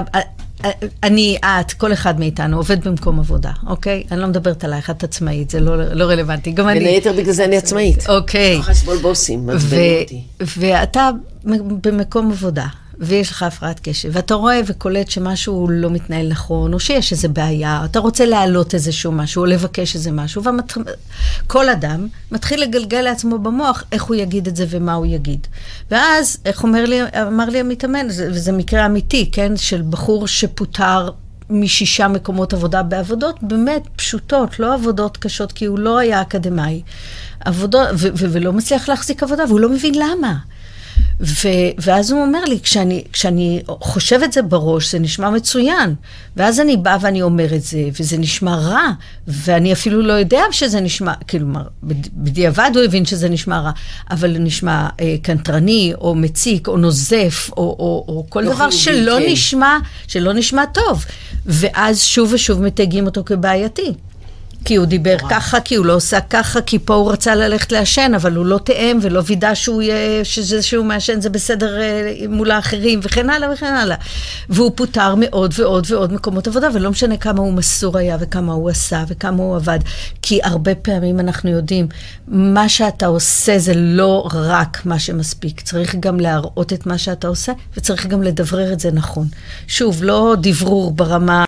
את, כל אחד מאיתנו עובד במקום עבודה, אוקיי? אני לא מדברת עלייך, את עצמאית, זה לא רלוונטי. גם אני... בין היתר בגלל זה אני עצמאית. אוקיי. לא חסבול בוסים, מעצבנים אותי. ואתה במקום עבודה, ויש לך הפרעת קשב, ואתה רואה וקולט שמשהו לא מתנהל נכון, או שיש איזו בעיה, אתה רוצה להעלות איזשהו משהו, או לבקש איזה משהו, וכל אדם מתחיל לגלגל לעצמו במוח איך הוא יגיד את זה ומה הוא יגיד. ואז, איך אמר לי המתאמן, וזה מקרה אמיתי, כן, של בחור שפוטר מ6 מקומות עבודה בעבודות באמת פשוטות, לא עבודות קשות, כי הוא לא היה אקדמאי. ולא מצליח להחזיק עבודה, והוא לא מבין למה. ואז הוא אומר לי, כשאני חושב את זה בראש, זה נשמע מצוין. ואז אני באה ואני אומר את זה, וזה נשמע רע, ואני אפילו לא יודע שזה נשמע, כלומר, בדיעבד הוא הבין שזה נשמע רע, אבל זה נשמע קנטרני, או מציק, או נוזף, או כל דבר שלא נשמע טוב. ואז שוב ושוב מתייגים אותו כבעייתי. כי הוא דיבר ככה, כי הוא לא עושה ככה, כי פה הוא רצה ללכת לעשן, אבל הוא לא תאם ולא וידע שזה שהוא מעשן, זה בסדר מול האחרים, וכן הלאה וכן הלאה. והוא פוטר מאוד ועוד ועוד מקומות עבודה, ולא משנה כמה הוא מסור היה, וכמה הוא עשה, וכמה הוא עבד. כי הרבה פעמים אנחנו יודעים, מה שאתה עושה זה לא רק מה שמספיק. צריך גם להראות את מה שאתה עושה, וצריך גם לדברר את זה נכון. שוב, לא דברור ברמה...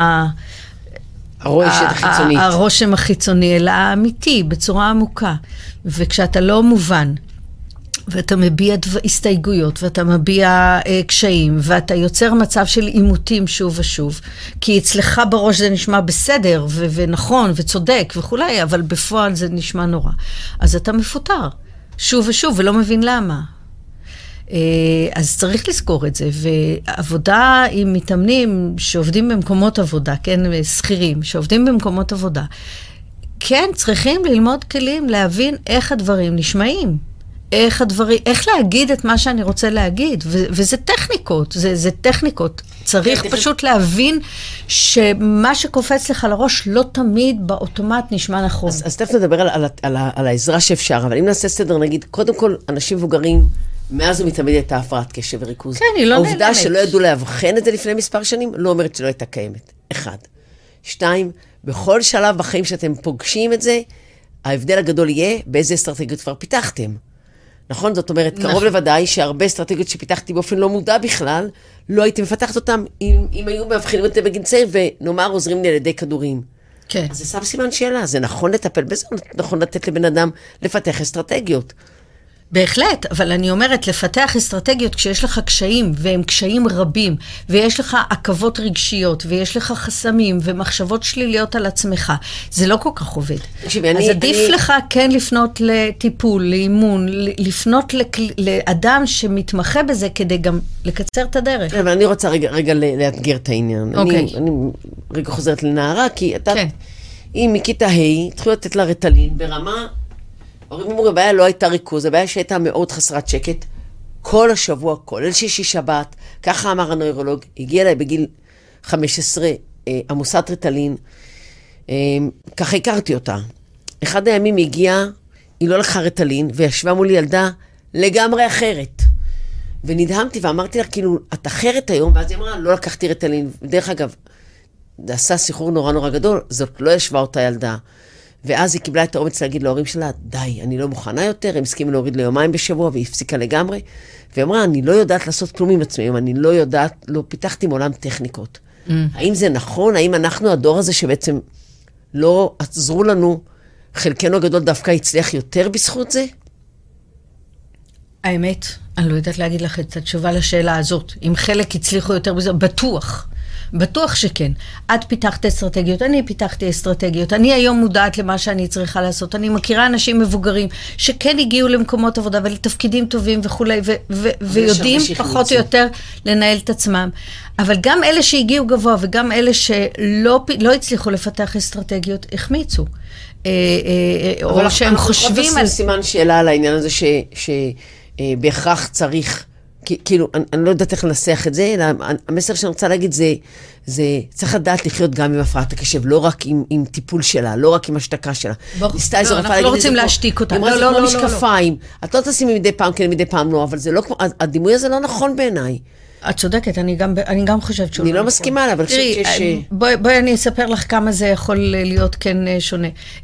הרושם החיצוני, אלא האמיתי, בצורה עמוקה. וכשאתה לא מובן, ואתה מביע הסתייגויות, ואתה מביע קשיים, ואתה יוצר מצב של עימותים שוב ושוב, כי אצלך בראש זה נשמע בסדר, ונכון, וצודק, וכולי, אבל בפועל זה נשמע נורא. אז אתה מפוטר, שוב ושוב, ולא מבין למה. אז צריך לזכור את זה, ועבודה עם מתאמנים שעובדים במקומות עבודה, כן, שכירים, שעובדים במקומות עבודה, כן, צריכים ללמוד כלים, להבין איך הדברים נשמעים, איך להגיד את מה שאני רוצה להגיד, וזה טכניקות, זה טכניקות. צריך פשוט להבין שמה שקופץ לך לראש לא תמיד באוטומט נשמע נכון. אז תכף נדבר על העזרה שאפשר, אבל אם נעשה סדר, נגיד, קודם כל, אנשים מבוגרים, מאז הוא מתמיד הייתה הפרעת קשב וריכוז. כן, היא לא נעלמת. העובדה שלא ידעו להבחן את זה לפני מספר שנים, לא אומרת שלא הייתה קיימת. 1. 2, בכל שלב בחיים שאתם פוגשים את זה, ההבדל הגדול יהיה באיזה אסטרטגיות כבר פיתחתם. נכון? זאת אומרת, קרוב לוודאי שהרבה אסטרטגיות שפיתחתי באופן לא מודע בכלל, לא הייתי מפתחת אותם אם היו מאבחנים את זה בגיל צעיר, ונאמר עוזרים לי על ידי כדורים. כן. אז זה שם סימן שאלה, זה נכון לטפל בזה, נכון לתת לבן אדם לפתח אסטרטגיות. בהחלט, אבל אני אומרת, לפתח אסטרטגיות כשיש לך קשיים, והם קשיים רבים, ויש לך עכבות רגשיות, ויש לך חסמים, ומחשבות שליליות על עצמך, זה לא כל כך עובד. אז עדיף לך כן לפנות לטיפול, לאימון, לפנות לאדם שמתמחה בזה, כדי גם לקצר את הדרך. אבל אני רוצה רגע לאתגר את העניין. אני רגע חוזרת לנערה, כי אתה, היא מכיתה ה', התחילו לתת לה רטלין ברמה... הבעיה לא הייתה ריכוז, הבעיה שהייתה מאוד חסרת שקט, כל השבוע, כולל שישי שבת, ככה אמר הנוירולוג, הגיע אליי בגיל 15, עמוסת רטלין, ככה הכרתי אותה. אחד הימים הגיעה, היא לא לקחה רטלין, וישבה מולי ילדה לגמרי אחרת. ונדהמתי ואמרתי לה, כאילו, את אחרת היום, ואז היא אמרה, לא לקחתי ריטלין. דרך אגב, זה עשה סיחור נורא נורא גדול, זאת לא ישבה אותה ילדה. ואז היא קיבלה את האומץ להגיד להורים שלה, די, אני לא מוכנה יותר, הם הסכימו להוריד ליומיים בשבוע, והיא הפסיקה לגמרי. והיא אמרה, אני לא יודעת לעשות כלום עם עצמי, אני לא יודעת, לא פיתחתי מעולם טכניקות. האם זה נכון? האם אנחנו הדור הזה שבעצם לא עזרו לנו, חלקנו הגדול דווקא הצליח יותר בזכות זה? האמת, אני לא יודעת להגיד לך את התשובה לשאלה הזאת. אם חלק הצליחו יותר בזה, בטוח. בטוח שכן. את פיתחת אסטרטגיות, אני פיתחתי אסטרטגיות. אני היום מודעת למה שאני צריכה לעשות. אני מכירה אנשים מבוגרים שכן הגיעו למקומות עבודה ולתפקידים טובים וכולי, ויודעים פחות או יותר לנהל את עצמם. אבל גם אלה שהגיעו גבוה וגם אלה שלא הצליחו לפתח אסטרטגיות, החמיצו. או שהם חושבים על... סימן שאלה על העניין הזה שבהכרח צריך... כאילו, אני לא יודעת איך לנסח את זה, אלא המסר שאני רוצה להגיד זה צריך לדעת לחיות גם עם הפרעת הקשב, לא רק עם טיפול שלה, לא רק עם השתקה שלה. אנחנו לא רוצים להשתיק אותה. לא, לא, לא, משקפיים. את לא תשימי מדי פעם, כן, מדי פעם לא, אבל זה לא כמו, הדימוי הזה לא נכון בעיניי. את צודקת, אני גם חושבת שהוא אני לא מסכימה לה, אבל חושבת שיש... בואי אני אספר לך כמה זה יכול להיות כן שונה.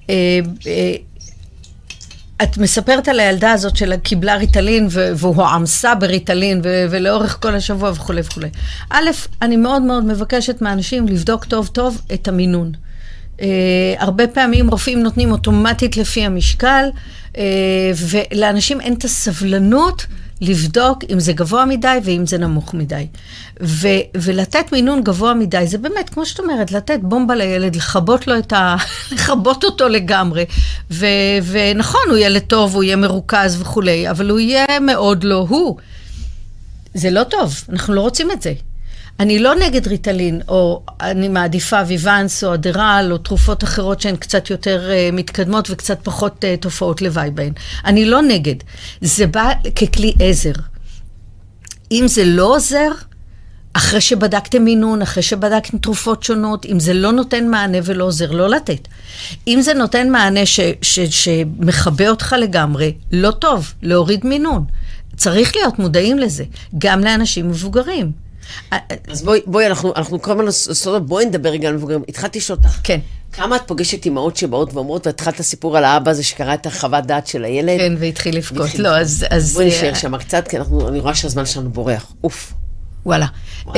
את מספרת על הילדה הזאת שלה קיבלה ריטלין והוא עמסה בריטלין ולאורך כל השבוע וכו' וכו'. א', אני מאוד מאוד מבקשת מאנשים לבדוק טוב טוב את המינון. הרבה פעמים רופאים נותנים אוטומטית לפי המשקל, ולאנשים אין את הסבלנות לבדוק אם זה גבוה מדי ואם זה נמוך מדי. ולתת מינון גבוה מדי, זה באמת, כמו שאת אומרת, לתת בומבה לילד, לכבות אותו לגמרי. ונכון, הוא ילד טוב, הוא יהיה מרוכז וכולי, אבל הוא יהיה מאוד לא הוא. זה לא טוב, אנחנו לא רוצים את זה. אני לא נגד ריטלין, או אני מעדיפה ויוונס או אדרל, או תרופות אחרות שהן קצת יותר מתקדמות וקצת פחות תופעות לוואי בהן. אני לא נגד. זה בא ככלי עזר. אם זה לא עוזר, אחרי שבדקתם מינון, אחרי שבדקתם תרופות שונות, אם זה לא נותן מענה ולא עוזר, לא לתת. אם זה נותן מענה שמחבא אותך לגמרי, לא טוב, להוריד מינון. צריך להיות מודעים לזה, גם לאנשים מבוגרים. אז בואי, אנחנו כל הזמן סודות, בואי נדבר רגע על מבוגרים. התחלתי לשאול אותך. כן. כמה את פוגשת אימהות שבאות ואומרות, והתחלת הסיפור על האבא הזה שקרא את החוות דעת של הילד? כן, והתחיל לבכות. לא, אז... בואי נשאר שם קצת, כי אני רואה שהזמן שלנו בורח. אוף. וואלה.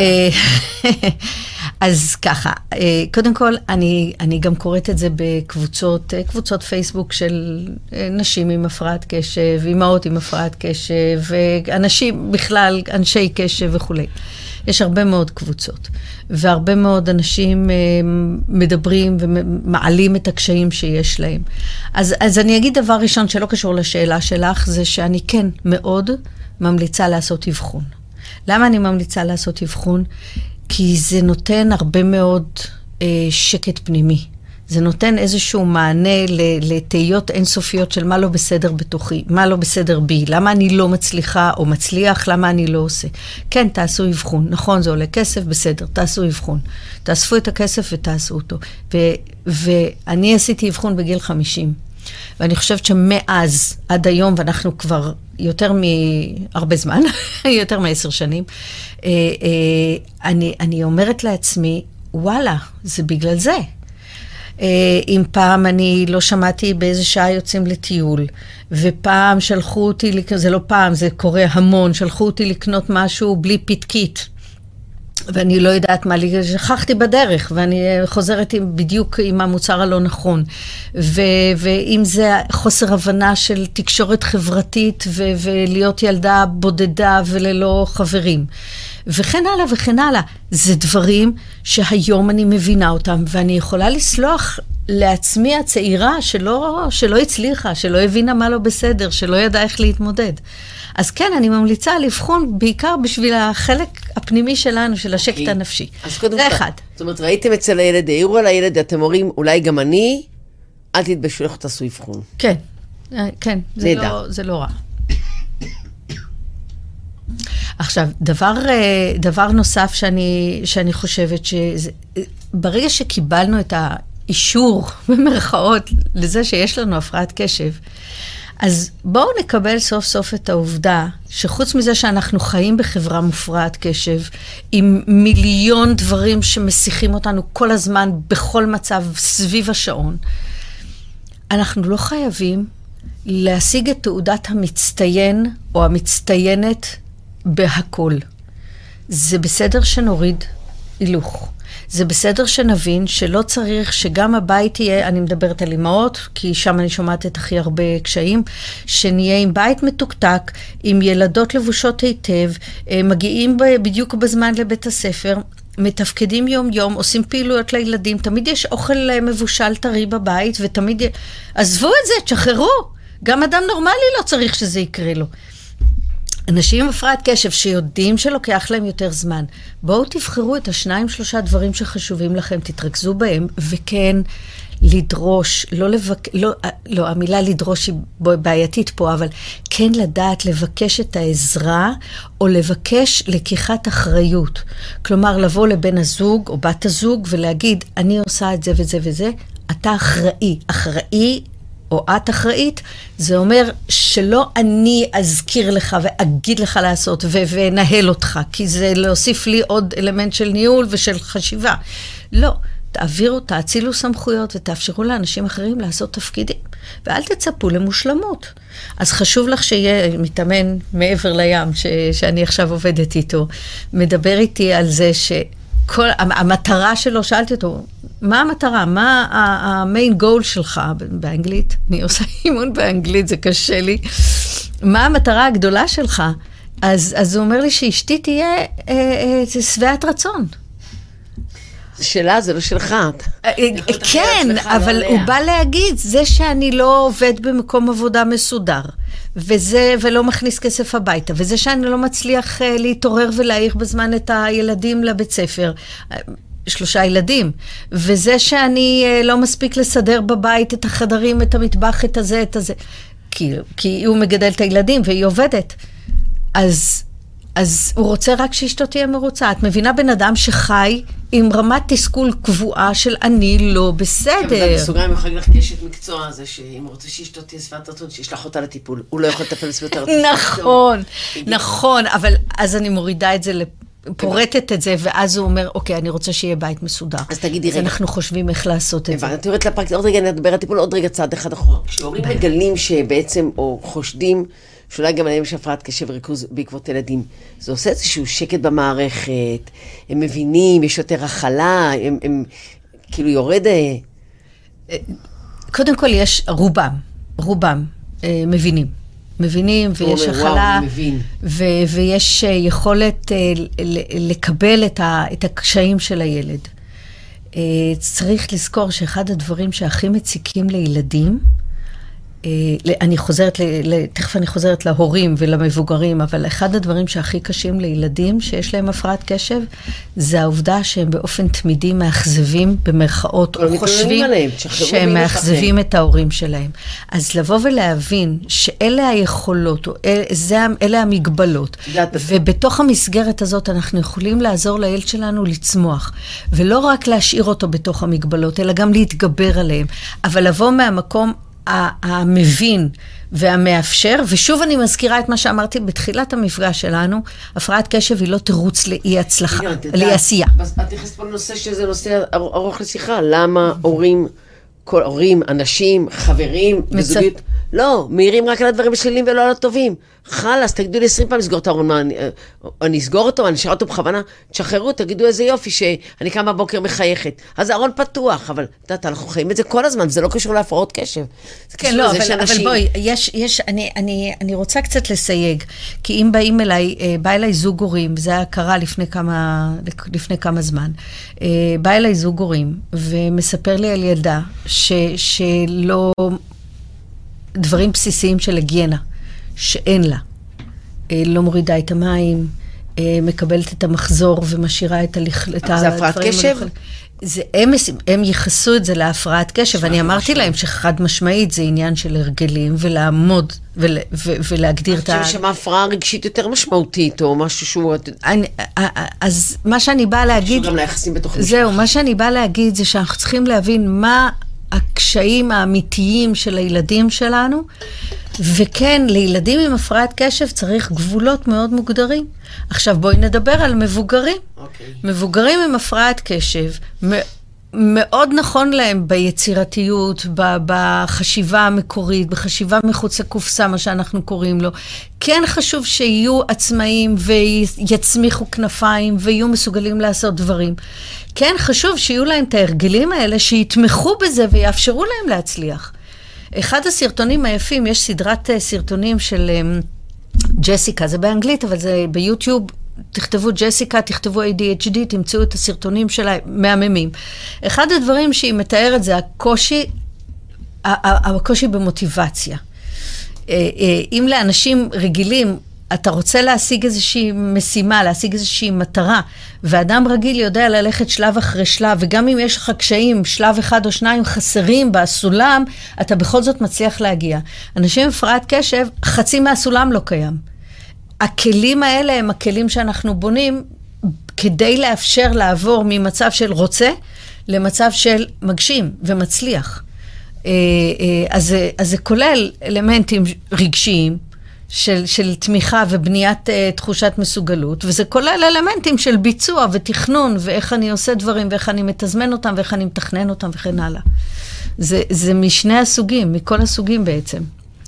אז ככה, קודם כל, אני גם קוראת את זה בקבוצות פייסבוק של נשים עם הפרעת קשב, אימהות עם הפרעת קשב, ואנשים בכלל, אנשי קשב וכו'. יש הרבה מאוד קבוצות, והרבה מאוד אנשים מדברים ומעלים את הקשיים שיש להם. אז אני אגיד דבר ראשון שלא קשור לשאלה שלך, זה שאני כן מאוד ממליצה לעשות אבחון. למה אני ממליצה לעשות אבחון? כי זה נותן הרבה מאוד שקט פנימי. זה נותן איזשהו מענה לתהיות אינסופיות של מה לא בסדר בתוכי, מה לא בסדר בי, למה אני לא מצליחה או מצליח, למה אני לא עושה. כן, תעשו אבחון. נכון, זה עולה כסף, בסדר, תעשו אבחון. תאספו את הכסף ותעשו אותו. ואני עשיתי אבחון בגיל 50. ואני חושבת שמאז עד היום, ואנחנו כבר יותר מהרבה זמן, יותר מ10 שנים, אני אומרת לעצמי, וואלה, זה בגלל זה. אם פעם אני לא שמעתי באיזה שעה יוצאים לטיול, ופעם שלחו אותי, זה לא פעם, זה קורה המון, שלחו אותי לקנות משהו בלי פתקית, ואני לא יודעת מה, שכחתי בדרך, ואני חוזרת בדיוק עם המוצר הלא נכון. ואם זה חוסר הבנה של תקשורת חברתית, ולהיות ילדה בודדה וללא חברים. וכן הלאה וכן הלאה. זה דברים שהיום אני מבינה אותם, ואני יכולה לסלוח לעצמי הצעירה שלא הצליחה, שלא הבינה מה לא בסדר, שלא ידעה איך להתמודד. אז כן, אני ממליצה לבחון בעיקר בשביל החלק הפנימי שלנו, של השקט הנפשי. זה אחד. זאת אומרת, ראיתם אצל הילד, העירו על הילד, אתם אומרים, אולי גם אני, אל תתביישו לך תעשו אבחון. כן, כן, זה לא רע. עכשיו, דבר נוסף שאני חושבת שברגע שקיבלנו את האישור במרכאות לזה שיש לנו הפרעת קשב, אז בואו נקבל סוף סוף את העובדה, שחוץ מזה שאנחנו חיים בחברה מופרעת קשב, עם מיליון דברים שמשיחים אותנו כל הזמן, בכל מצב, סביב השעון, אנחנו לא חייבים להשיג את תעודת המצטיין או המצטיינת בהכל. זה בסדר שנוריד הילוך. זה בסדר שנבין שלא צריך שגם הבית יהיה, אני מדברת על אמהות, כי שם אני שומעת את הכי הרבה קשיים, שנהיה עם בית מתוקתק, עם ילדות לבושות היטב, מגיעים בדיוק בזמן לבית הספר, מתפקדים יום יום, עושים פעילויות לילדים, תמיד יש אוכל מבושל טרי בבית, ותמיד עזבו את זה, תשחררו. גם אדם נורמלי לא צריך שזה יקרה לו. אנשים עם הפרעת קשב שיודעים שלוקח להם יותר זמן, בואו תבחרו את 2-3 דברים שחשובים לכם, תתרכזו בהם, וכן, לדרוש, לא, המילה לדרוש היא בעייתית פה, אבל כן לדעת לבקש את העזרה, או לבקש לקיחת אחריות. כלומר, לבוא לבן הזוג או בת הזוג ולהגיד, אני עושה את זה וזה וזה, אתה אחראי, או את אחראית, זה אומר שלא אני אזכיר לך ואגיד לך לעשות ונהל אותך, כי זה להוסיף לי עוד אלמנט של ניהול ושל חשיבה. לא, תעבירו, תאצילו סמכויות ותאפשרו לאנשים אחרים לעשות תפקידים, ואל תצפו למושלמות. אז חשוב לך שיהיה מתאמן מעבר לים, שאני עכשיו עובדת איתו, מדבר איתי על זה המטרה שלו, שאלתי אותו, מה המטרה? מה המיין גול שלך באנגלית? אני עושה אימון באנגלית, זה קשה לי. מה המטרה הגדולה שלך? אז הוא אומר לי שאשתי תהיה שבעת רצון. זה שלה, זה לא שלך. כן, אבל הוא בא להגיד, זה שאני לא עובד במקום עבודה מסודר, ולא מכניס כסף הביתה, וזה שאני לא מצליח להתעורר ולהעיר בזמן את הילדים לבית ספר, 3 ילדים, וזה שאני לא מספיק לסדר בבית את החדרים, את המטבח, את הזה, כי הוא מגדל את הילדים והיא עובדת. אז הוא רוצה רק שאשתו תהיה מרוצה. את מבינה בן אדם שחי עם רמת תסכול קבועה של אני לא בסדר. בסוגריים יכול לך קשת מקצוע הזה, שאם הוא רוצה שאשתו תהיה שבעת רצון, שישלח אותה לטיפול. הוא לא יכול לטפל בשבעת הרצון. נכון, אבל אז אני מורידה את זה, פורטת את זה, ואז הוא אומר, אוקיי, אני רוצה שיהיה בית מסודר. אז תגידי רגע. אז אנחנו חושבים איך לעשות את זה. את יורדת לפרקטיקה, עוד רגע נדבר על טיפול, עוד רגע צעד אחד אחורה. כשהורים מגלים שבעצם, או חושדים, שאולי גם עליהם יש הפרעת קשב וריכוז בעקבות ילדים. זה עושה איזשהו שקט במערכת, הם מבינים, יש יותר הכלה, הם כאילו יורד... קודם כל יש רובם מבינים, ויש הכלה, ויש יכולת לקבל את הקשיים של הילד. צריך לזכור שאחד הדברים שהכי מציקים לילדים, תכף אני חוזרת להורים ולמבוגרים, אבל אחד הדברים שהכי קשים לילדים שיש להם הפרעת קשב, זה העובדה שהם באופן תמידי מאכזבים במרכאות, או חושבים שהם מאכזבים את ההורים שלהם. אז לבוא ולהבין שאלה היכולות, או אלה המגבלות, ובתוך המסגרת הזאת אנחנו יכולים לעזור לילד שלנו לצמוח, ולא רק להשאיר אותו בתוך המגבלות, אלא גם להתגבר עליהם, אבל לבוא מהמקום המבין והמאפשר, ושוב אני מזכירה את מה שאמרתי בתחילת המפגש שלנו, הפרעת קשב היא לא תירוץ לאי הצלחה, לאי עשייה. את נכנסת פה לנושא שזה נושא ארוך לשיחה, למה הורים, אנשים, חברים, בזוגיות, לא, מהירים רק על הדברים השליליים ולא על הטובים. חלס, תגידו לי 20 פעם לסגור את הארון, אני אסגור אותו, אני אשאר אותו בכוונה, תשחררו, תגידו איזה יופי שאני קמה בבוקר מחייכת. אז הארון פתוח, אבל אנחנו חיים את זה כל הזמן, וזה לא קשור להפרעות קשב. כן, לא, אבל בואי, אני רוצה קצת לסייג, כי אם בא אליי זוג הורים, זה קרה לפני כמה זמן, בא אליי זוג הורים, ומספר לי על ילדה, שלא... דברים בסיסיים של היגיינה, שאין לה. לא מורידה את המים, מקבלת את המחזור ומשאירה את זה הפרעת קשב? הם ייחסו את זה להפרעת קשב, ואני אמרתי להם שחד משמעית זה עניין של הרגלים, ולעמוד ולהגדיר את אני חושב שמה הפרעה רגשית יותר משמעותית, או משהו שהוא... אז מה שאני באה להגיד... גם ליחסים בתוך המשפחה. זהו, מה שאני באה להגיד זה שאנחנו צריכים להבין מה... הקשיים האמיתיים של הילדים שלנו, וכן, לילדים עם הפרעת קשב צריך גבולות מאוד מוגדרים. עכשיו בואי נדבר על מבוגרים. מבוגרים עם הפרעת קשב, מאוד נכון להם ביצירתיות, בחשיבה המקורית, בחשיבה מחוץ לקופסה, מה שאנחנו קוראים לו. כן חשוב שיהיו עצמאים ויצמיחו כנפיים ויהיו מסוגלים לעשות דברים. כן חשוב שיהיו להם את ההרגלים האלה שיתמכו בזה ויאפשרו להם להצליח. אחד הסרטונים היפים, יש סדרת סרטונים של ג'סיקה, זה באנגלית, אבל זה ביוטיוב, תכתבו ג'סיקה, תכתבו ADHD, תמצאו את הסרטונים שלה מהממים. אחד הדברים שהיא מתארת זה הקושי במוטיבציה. אם לאנשים רגילים, אתה רוצה להשיג איזושהי משימה, להשיג איזושהי מטרה, ואדם רגיל יודע ללכת שלב אחרי שלב, וגם אם יש לך קשיים, שלב אחד או שניים חסרים בסולם, אתה בכל זאת מצליח להגיע. אנשים עם הפרעת קשב, חצי מהסולם לא קיים. הכלים האלה הם הכלים שאנחנו בונים, כדי לאפשר לעבור ממצב של רוצה, למצב של מגשים ומצליח. אז זה כולל אלמנטים רגשיים, של תמיכה ובניית תחושת מסוגלות, וזה כולל אלמנטים של ביצוע ותכנון, ואיך אני עושה דברים, ואיך אני מתזמן אותם, ואיך אני מתכנן אותם, וכן הלאה. זה משני הסוגים, מכל הסוגים בעצם.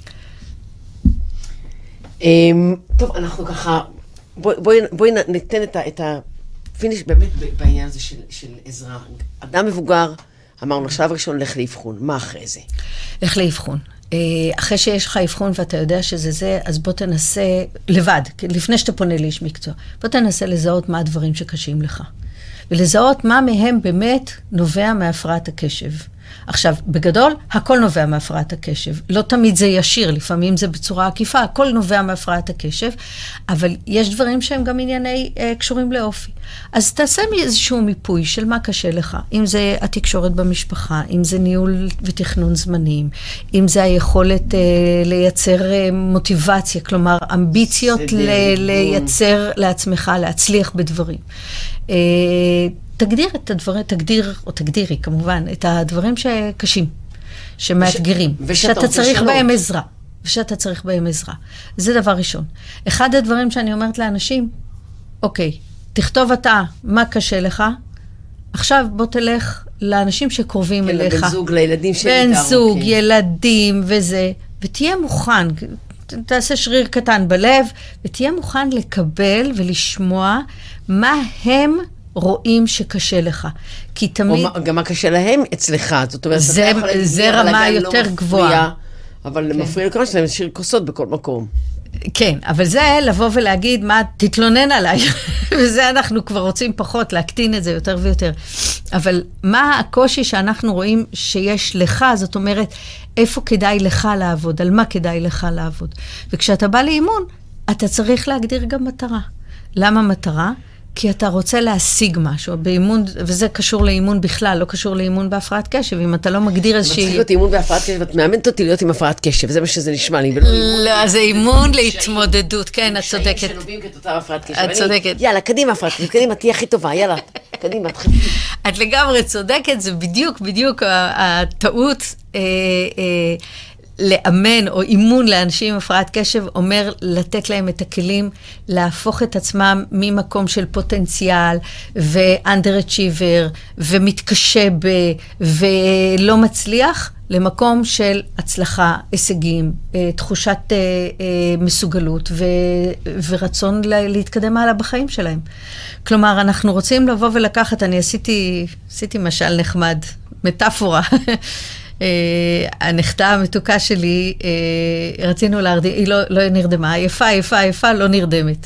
טוב, אנחנו ככה, בואי ניתן את הפיניש באמת בעניין הזה של עזרה. אדם מבוגר, אמרנו, שלב ראשון, לך לאבחון. מה אחרי זה? לך לאבחון. אחרי שיש לך אבחון ואתה יודע שזה זה, אז בוא תנסה לבד, לפני שאתה פונה לאיש מקצוע, בוא תנסה לזהות מה הדברים שקשים לך. ולזהות מה מהם באמת נובע מהפרעת הקשב. עכשיו, בגדול, הכל נובע מהפרעת הקשב. לא תמיד זה ישיר, לפעמים זה בצורה עקיפה, הכל נובע מהפרעת הקשב, אבל יש דברים שהם גם ענייני קשורים לאופי. אז תעשה איזשהו מיפוי של מה קשה לך, אם זה התקשורת במשפחה, אם זה ניהול ותכנון זמנים, אם זה היכולת לייצר מוטיבציה, כלומר, אמביציות לייצר לעצמך, להצליח בדברים. תגדיר את הדברים, תגדירי כמובן, את הדברים שקשים, שמאתגרים, ושאתה צריך בהם עזרה, ושאתה צריך בהם עזרה. זה דבר ראשון. אחד הדברים שאני אומרת לאנשים, אוקיי, תכתוב אתה מה קשה לך, עכשיו בוא תלך לאנשים שקרובים אליך. בן זוג, לילדים בן זוג, ילדים וזה, ותהיה מוכן, תעשה שריר קטן בלב, ותהיה מוכן לקבל ולשמוע מה הם רואים שקשה לך. כי תמיד... או גם מה קשה להם אצלך. זאת אומרת, זה רמה יותר גבוהה. אבל מפריע לכמה שלהם לשיר כוסות בכל מקום. כן, אבל זה לבוא ולהגיד מה, תתלונן עליי. וזה אנחנו כבר רוצים פחות, להקטין את זה יותר ויותר. אבל מה הקושי שאנחנו רואים שיש לך, זאת אומרת, איפה כדאי לך לעבוד, על מה כדאי לך לעבוד. וכשאתה בא לאימון, אתה צריך להגדיר גם מטרה. למה מטרה? כי אתה רוצה להשיג משהו באימון, וזה קשור לאימון בכלל, לא קשור לאימון בהפרעת קשב. אם אתה לא מגדיר איזושהי... מצליח להיות אימון בהפרעת קשב, את מאמנת אותי להיות עם הפרעת קשב, זה מה שזה נשמע לי. לא, זה אימון להתמודדות, כן, את צודקת. קשיים שנובעים כתוצאה בהפרעת קשב. את צודקת. יאללה, קדימה הפרעת קשב, קדימה, תהיה הכי טובה, יאללה, קדימה, תחפי. את לגמרי צודקת, זה בדיוק הטעות לאמן או אימון לאנשים עם הפרעת קשב אומר לתת להם את הכלים להפוך את עצמם ממקום של פוטנציאל ו-underachiever ומתקשה ולא מצליח למקום של הצלחה, הישגים, תחושת מסוגלות ורצון להתקדם הלאה בחיים שלהם. כלומר, אנחנו רוצים לבוא ולקחת, אני עשיתי משל נחמד, מטאפורה, הנכדה המתוקה שלי, רצינו להרדים, היא לא נרדמה, יפה, לא נרדמת.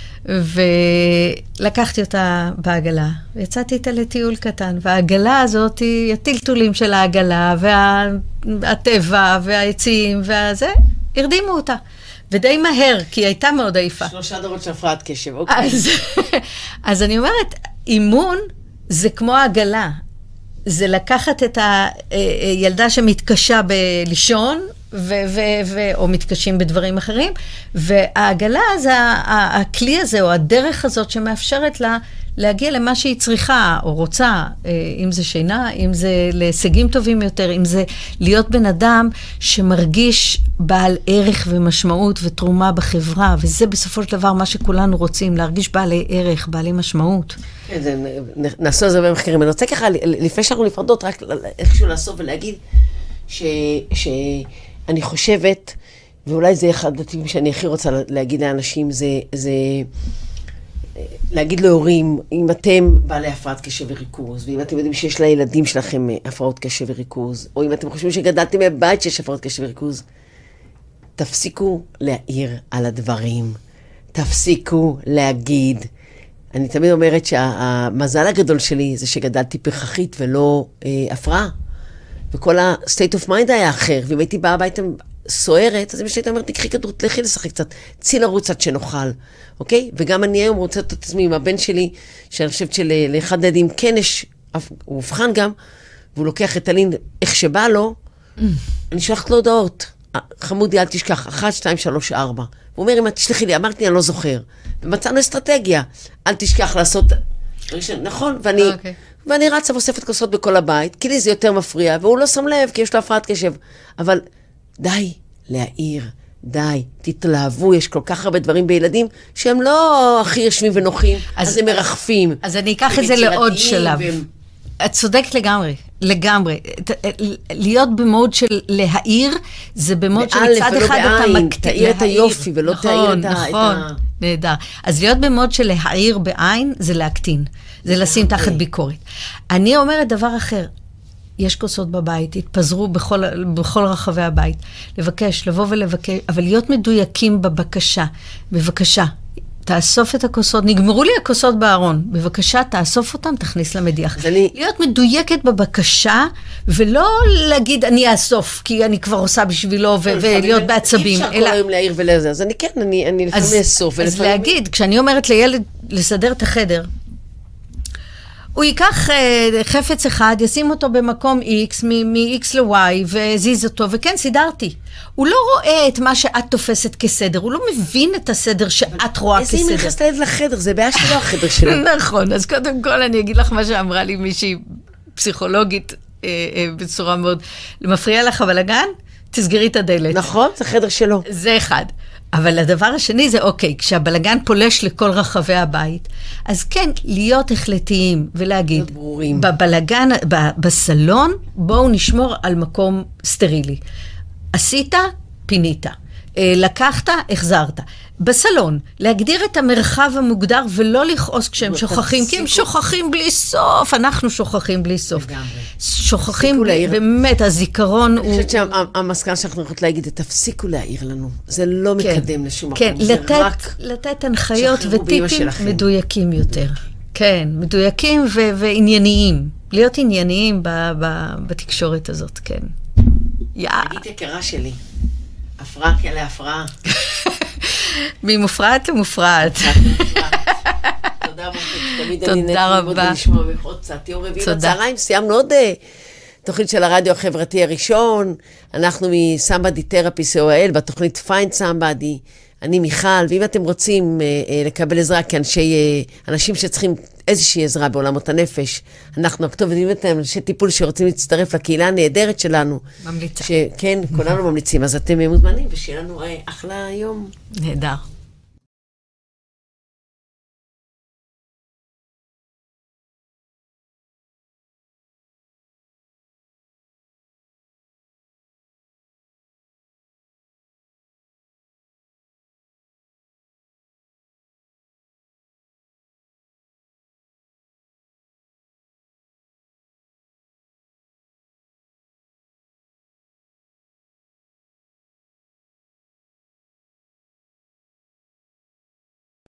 ולקחתי אותה בעגלה, ויצאתי איתה לטיול קטן, והעגלה הזאת היא הטלטולים של העגלה, והטבע, והעצים, והזה, הרדימו אותה. ודי מהר, כי היא הייתה מאוד עייפה. 3 דורות של הפרעת קשב, אוקיי. אז אני אומרת, אימון זה כמו העגלה. זה לקחת את הילדה שמתקשה בלישון, או מתקשים בדברים אחרים, והעגלה זה הכלי הזה, או הדרך הזאת שמאפשרת לה להגיע למה שהיא צריכה או רוצה, אם זה שינה, אם זה להישגים טובים יותר, אם זה להיות בן אדם שמרגיש בעל ערך ומשמעות ותרומה בחברה, וזה בסופו של דבר מה שכולנו רוצים, להרגיש בעלי ערך, בעלי משמעות. נעשו את זה במחקרים. אני רוצה ככה, לפני שאנחנו נפרדות, רק איכשהו לעשות ולהגיד שאני חושבת, ואולי זה אחד הטיפים שאני הכי רוצה להגיד לאנשים, זה להגיד להורים, אם אתם בעלי הפרעת קשב וריכוז, ואם אתם יודעים שיש לילדים שלכם הפרעות קשב וריכוז, או אם אתם חושבים שגדלתם בבית שיש הפרעות קשב וריכוז, תפסיקו להעיר על הדברים, תפסיקו להגיד. אני תמיד אומרת שהמזל הגדול שלי זה שגדלתי פרחחית ולא הפרעה, וכל ה-state of mind היה אחר, ואם הייתי באה הביתה סוערת, אז אם שהייתה אומרת, תקחי כדרות, לכי לשחק קצת, צי לרוץ עד שנוכל, אוקיי? וגם אני היום רוצה את עצמי עם הבן שלי, שאני חושבת שלאחד הילדים כן יש, הוא הובחן גם, והוא לוקח את אלין איך שבא לו, אני שולחת לו הודעות, חמודי, אל תשכח, 1, 2, 3, 4. הוא אומר, אם את תשלחי לי, אמרתי, אני לא זוכר. ומצאנו אסטרטגיה, אל תשכח לעשות, נכון, ואני רצה ואוספת כוסות בכל הבית, כי לי זה יותר מפריע, והוא לא שם לב, כי יש לו הפרעת קשב. אבל די להעיר, די, תתלהבו, יש כל כך הרבה דברים בילדים, שהם לא הכי ישמים ונוחים, אז הם מרחפים. אז אני אקח את זה לעוד שלב. את צודקת לגמרי, לגמרי. להיות במוד של להעיר, זה במוד שמצד אחד אתה מקטין. תעיר את היופי ולא תעיר את ה... נכון, נהדר. אז להיות במוד של להעיר בעין, זה להקטין. זה לשים תחת ביקורת. אני אומרת דבר אחר. יש כוסות בבית, התפזרו בכל רחבי הבית. לבקש, לבוא ולבקש, אבל להיות מדויקים בבקשה. בבקשה, תאסוף את הכוסות, נגמרו לי הכוסות בארון, בבקשה, תאסוף אותם, תכניס למדיח. להיות מדויקת בבקשה, ולא להגיד, אני אאסוף, כי אני כבר עושה בשבילו, ולהיות בעצבים. אי אפשר כל היום להעיר ולזה, אז אני כן, אני לפעמים אאסוף. אז להגיד, כשאני אומרת לילד לסדר את החדר, הוא ייקח חפץ אחד, ישים אותו במקום X, מ-X ל-Y, וזיז אותו, וכן, סידרתי. הוא לא רואה את מה שאת תופסת כסדר, הוא לא מבין את הסדר שאת רואה כסדר. איזה אם נכנסת לילד לחדר, זה בעיה שלא החדר שלו. נכון, אז קודם כל אני אגיד לך מה שאמרה לי מישהי פסיכולוגית בצורה מאוד, מפריע לך הבלגן? תסגרי את הדלת. נכון, זה חדר שלו. זה אחד. אבל הדבר השני זה אוקיי, כשהבלגן פולש לכל רחבי הבית, אז כן, להיות החלטיים ולהגיד, בבלגן, בסלון, בואו נשמור על מקום סטרילי. עשית, פינית. לקחת, החזרת. בסלון, להגדיר את המרחב המוגדר ולא לכעוס כשהם שוכחים, כי הם שוכחים בלי סוף, אנחנו שוכחים בלי סוף. שוכחים, באמת, הזיכרון הוא... אני חושבת שהמסקנה שאנחנו יכולות להגיד, תפסיקו להעיר לנו. זה לא מקדם לשום מקום. כן, לתת הנחיות וטיפים מדויקים יותר. כן, מדויקים וענייניים. להיות ענייניים בתקשורת הזאת, כן. תגיד יקרה שלי. הפרעה כאלה הפרעה. ממופרעת למופרעת. תודה רבה. תמיד אני נהנית ללמוד ולשמוע עוד קצת. יום רביעי בצהריים, סיימנו עוד תוכנית של הרדיו החברתי הראשון. אנחנו מסמבדי תרפי co.il בתוכנית Find Somebody. אני מיכל, ואם אתם רוצים לקבל עזרה כאנשים שצריכים איזושהי עזרה בעולמות הנפש, אנחנו הכתובים אתם אנשי טיפול שרוצים להצטרף לקהילה הנהדרת שלנו. ממליצה. כן, כולנו ממליצים, אז אתם מוזמנים, ושיהיה לנו אחלה יום. נהדר.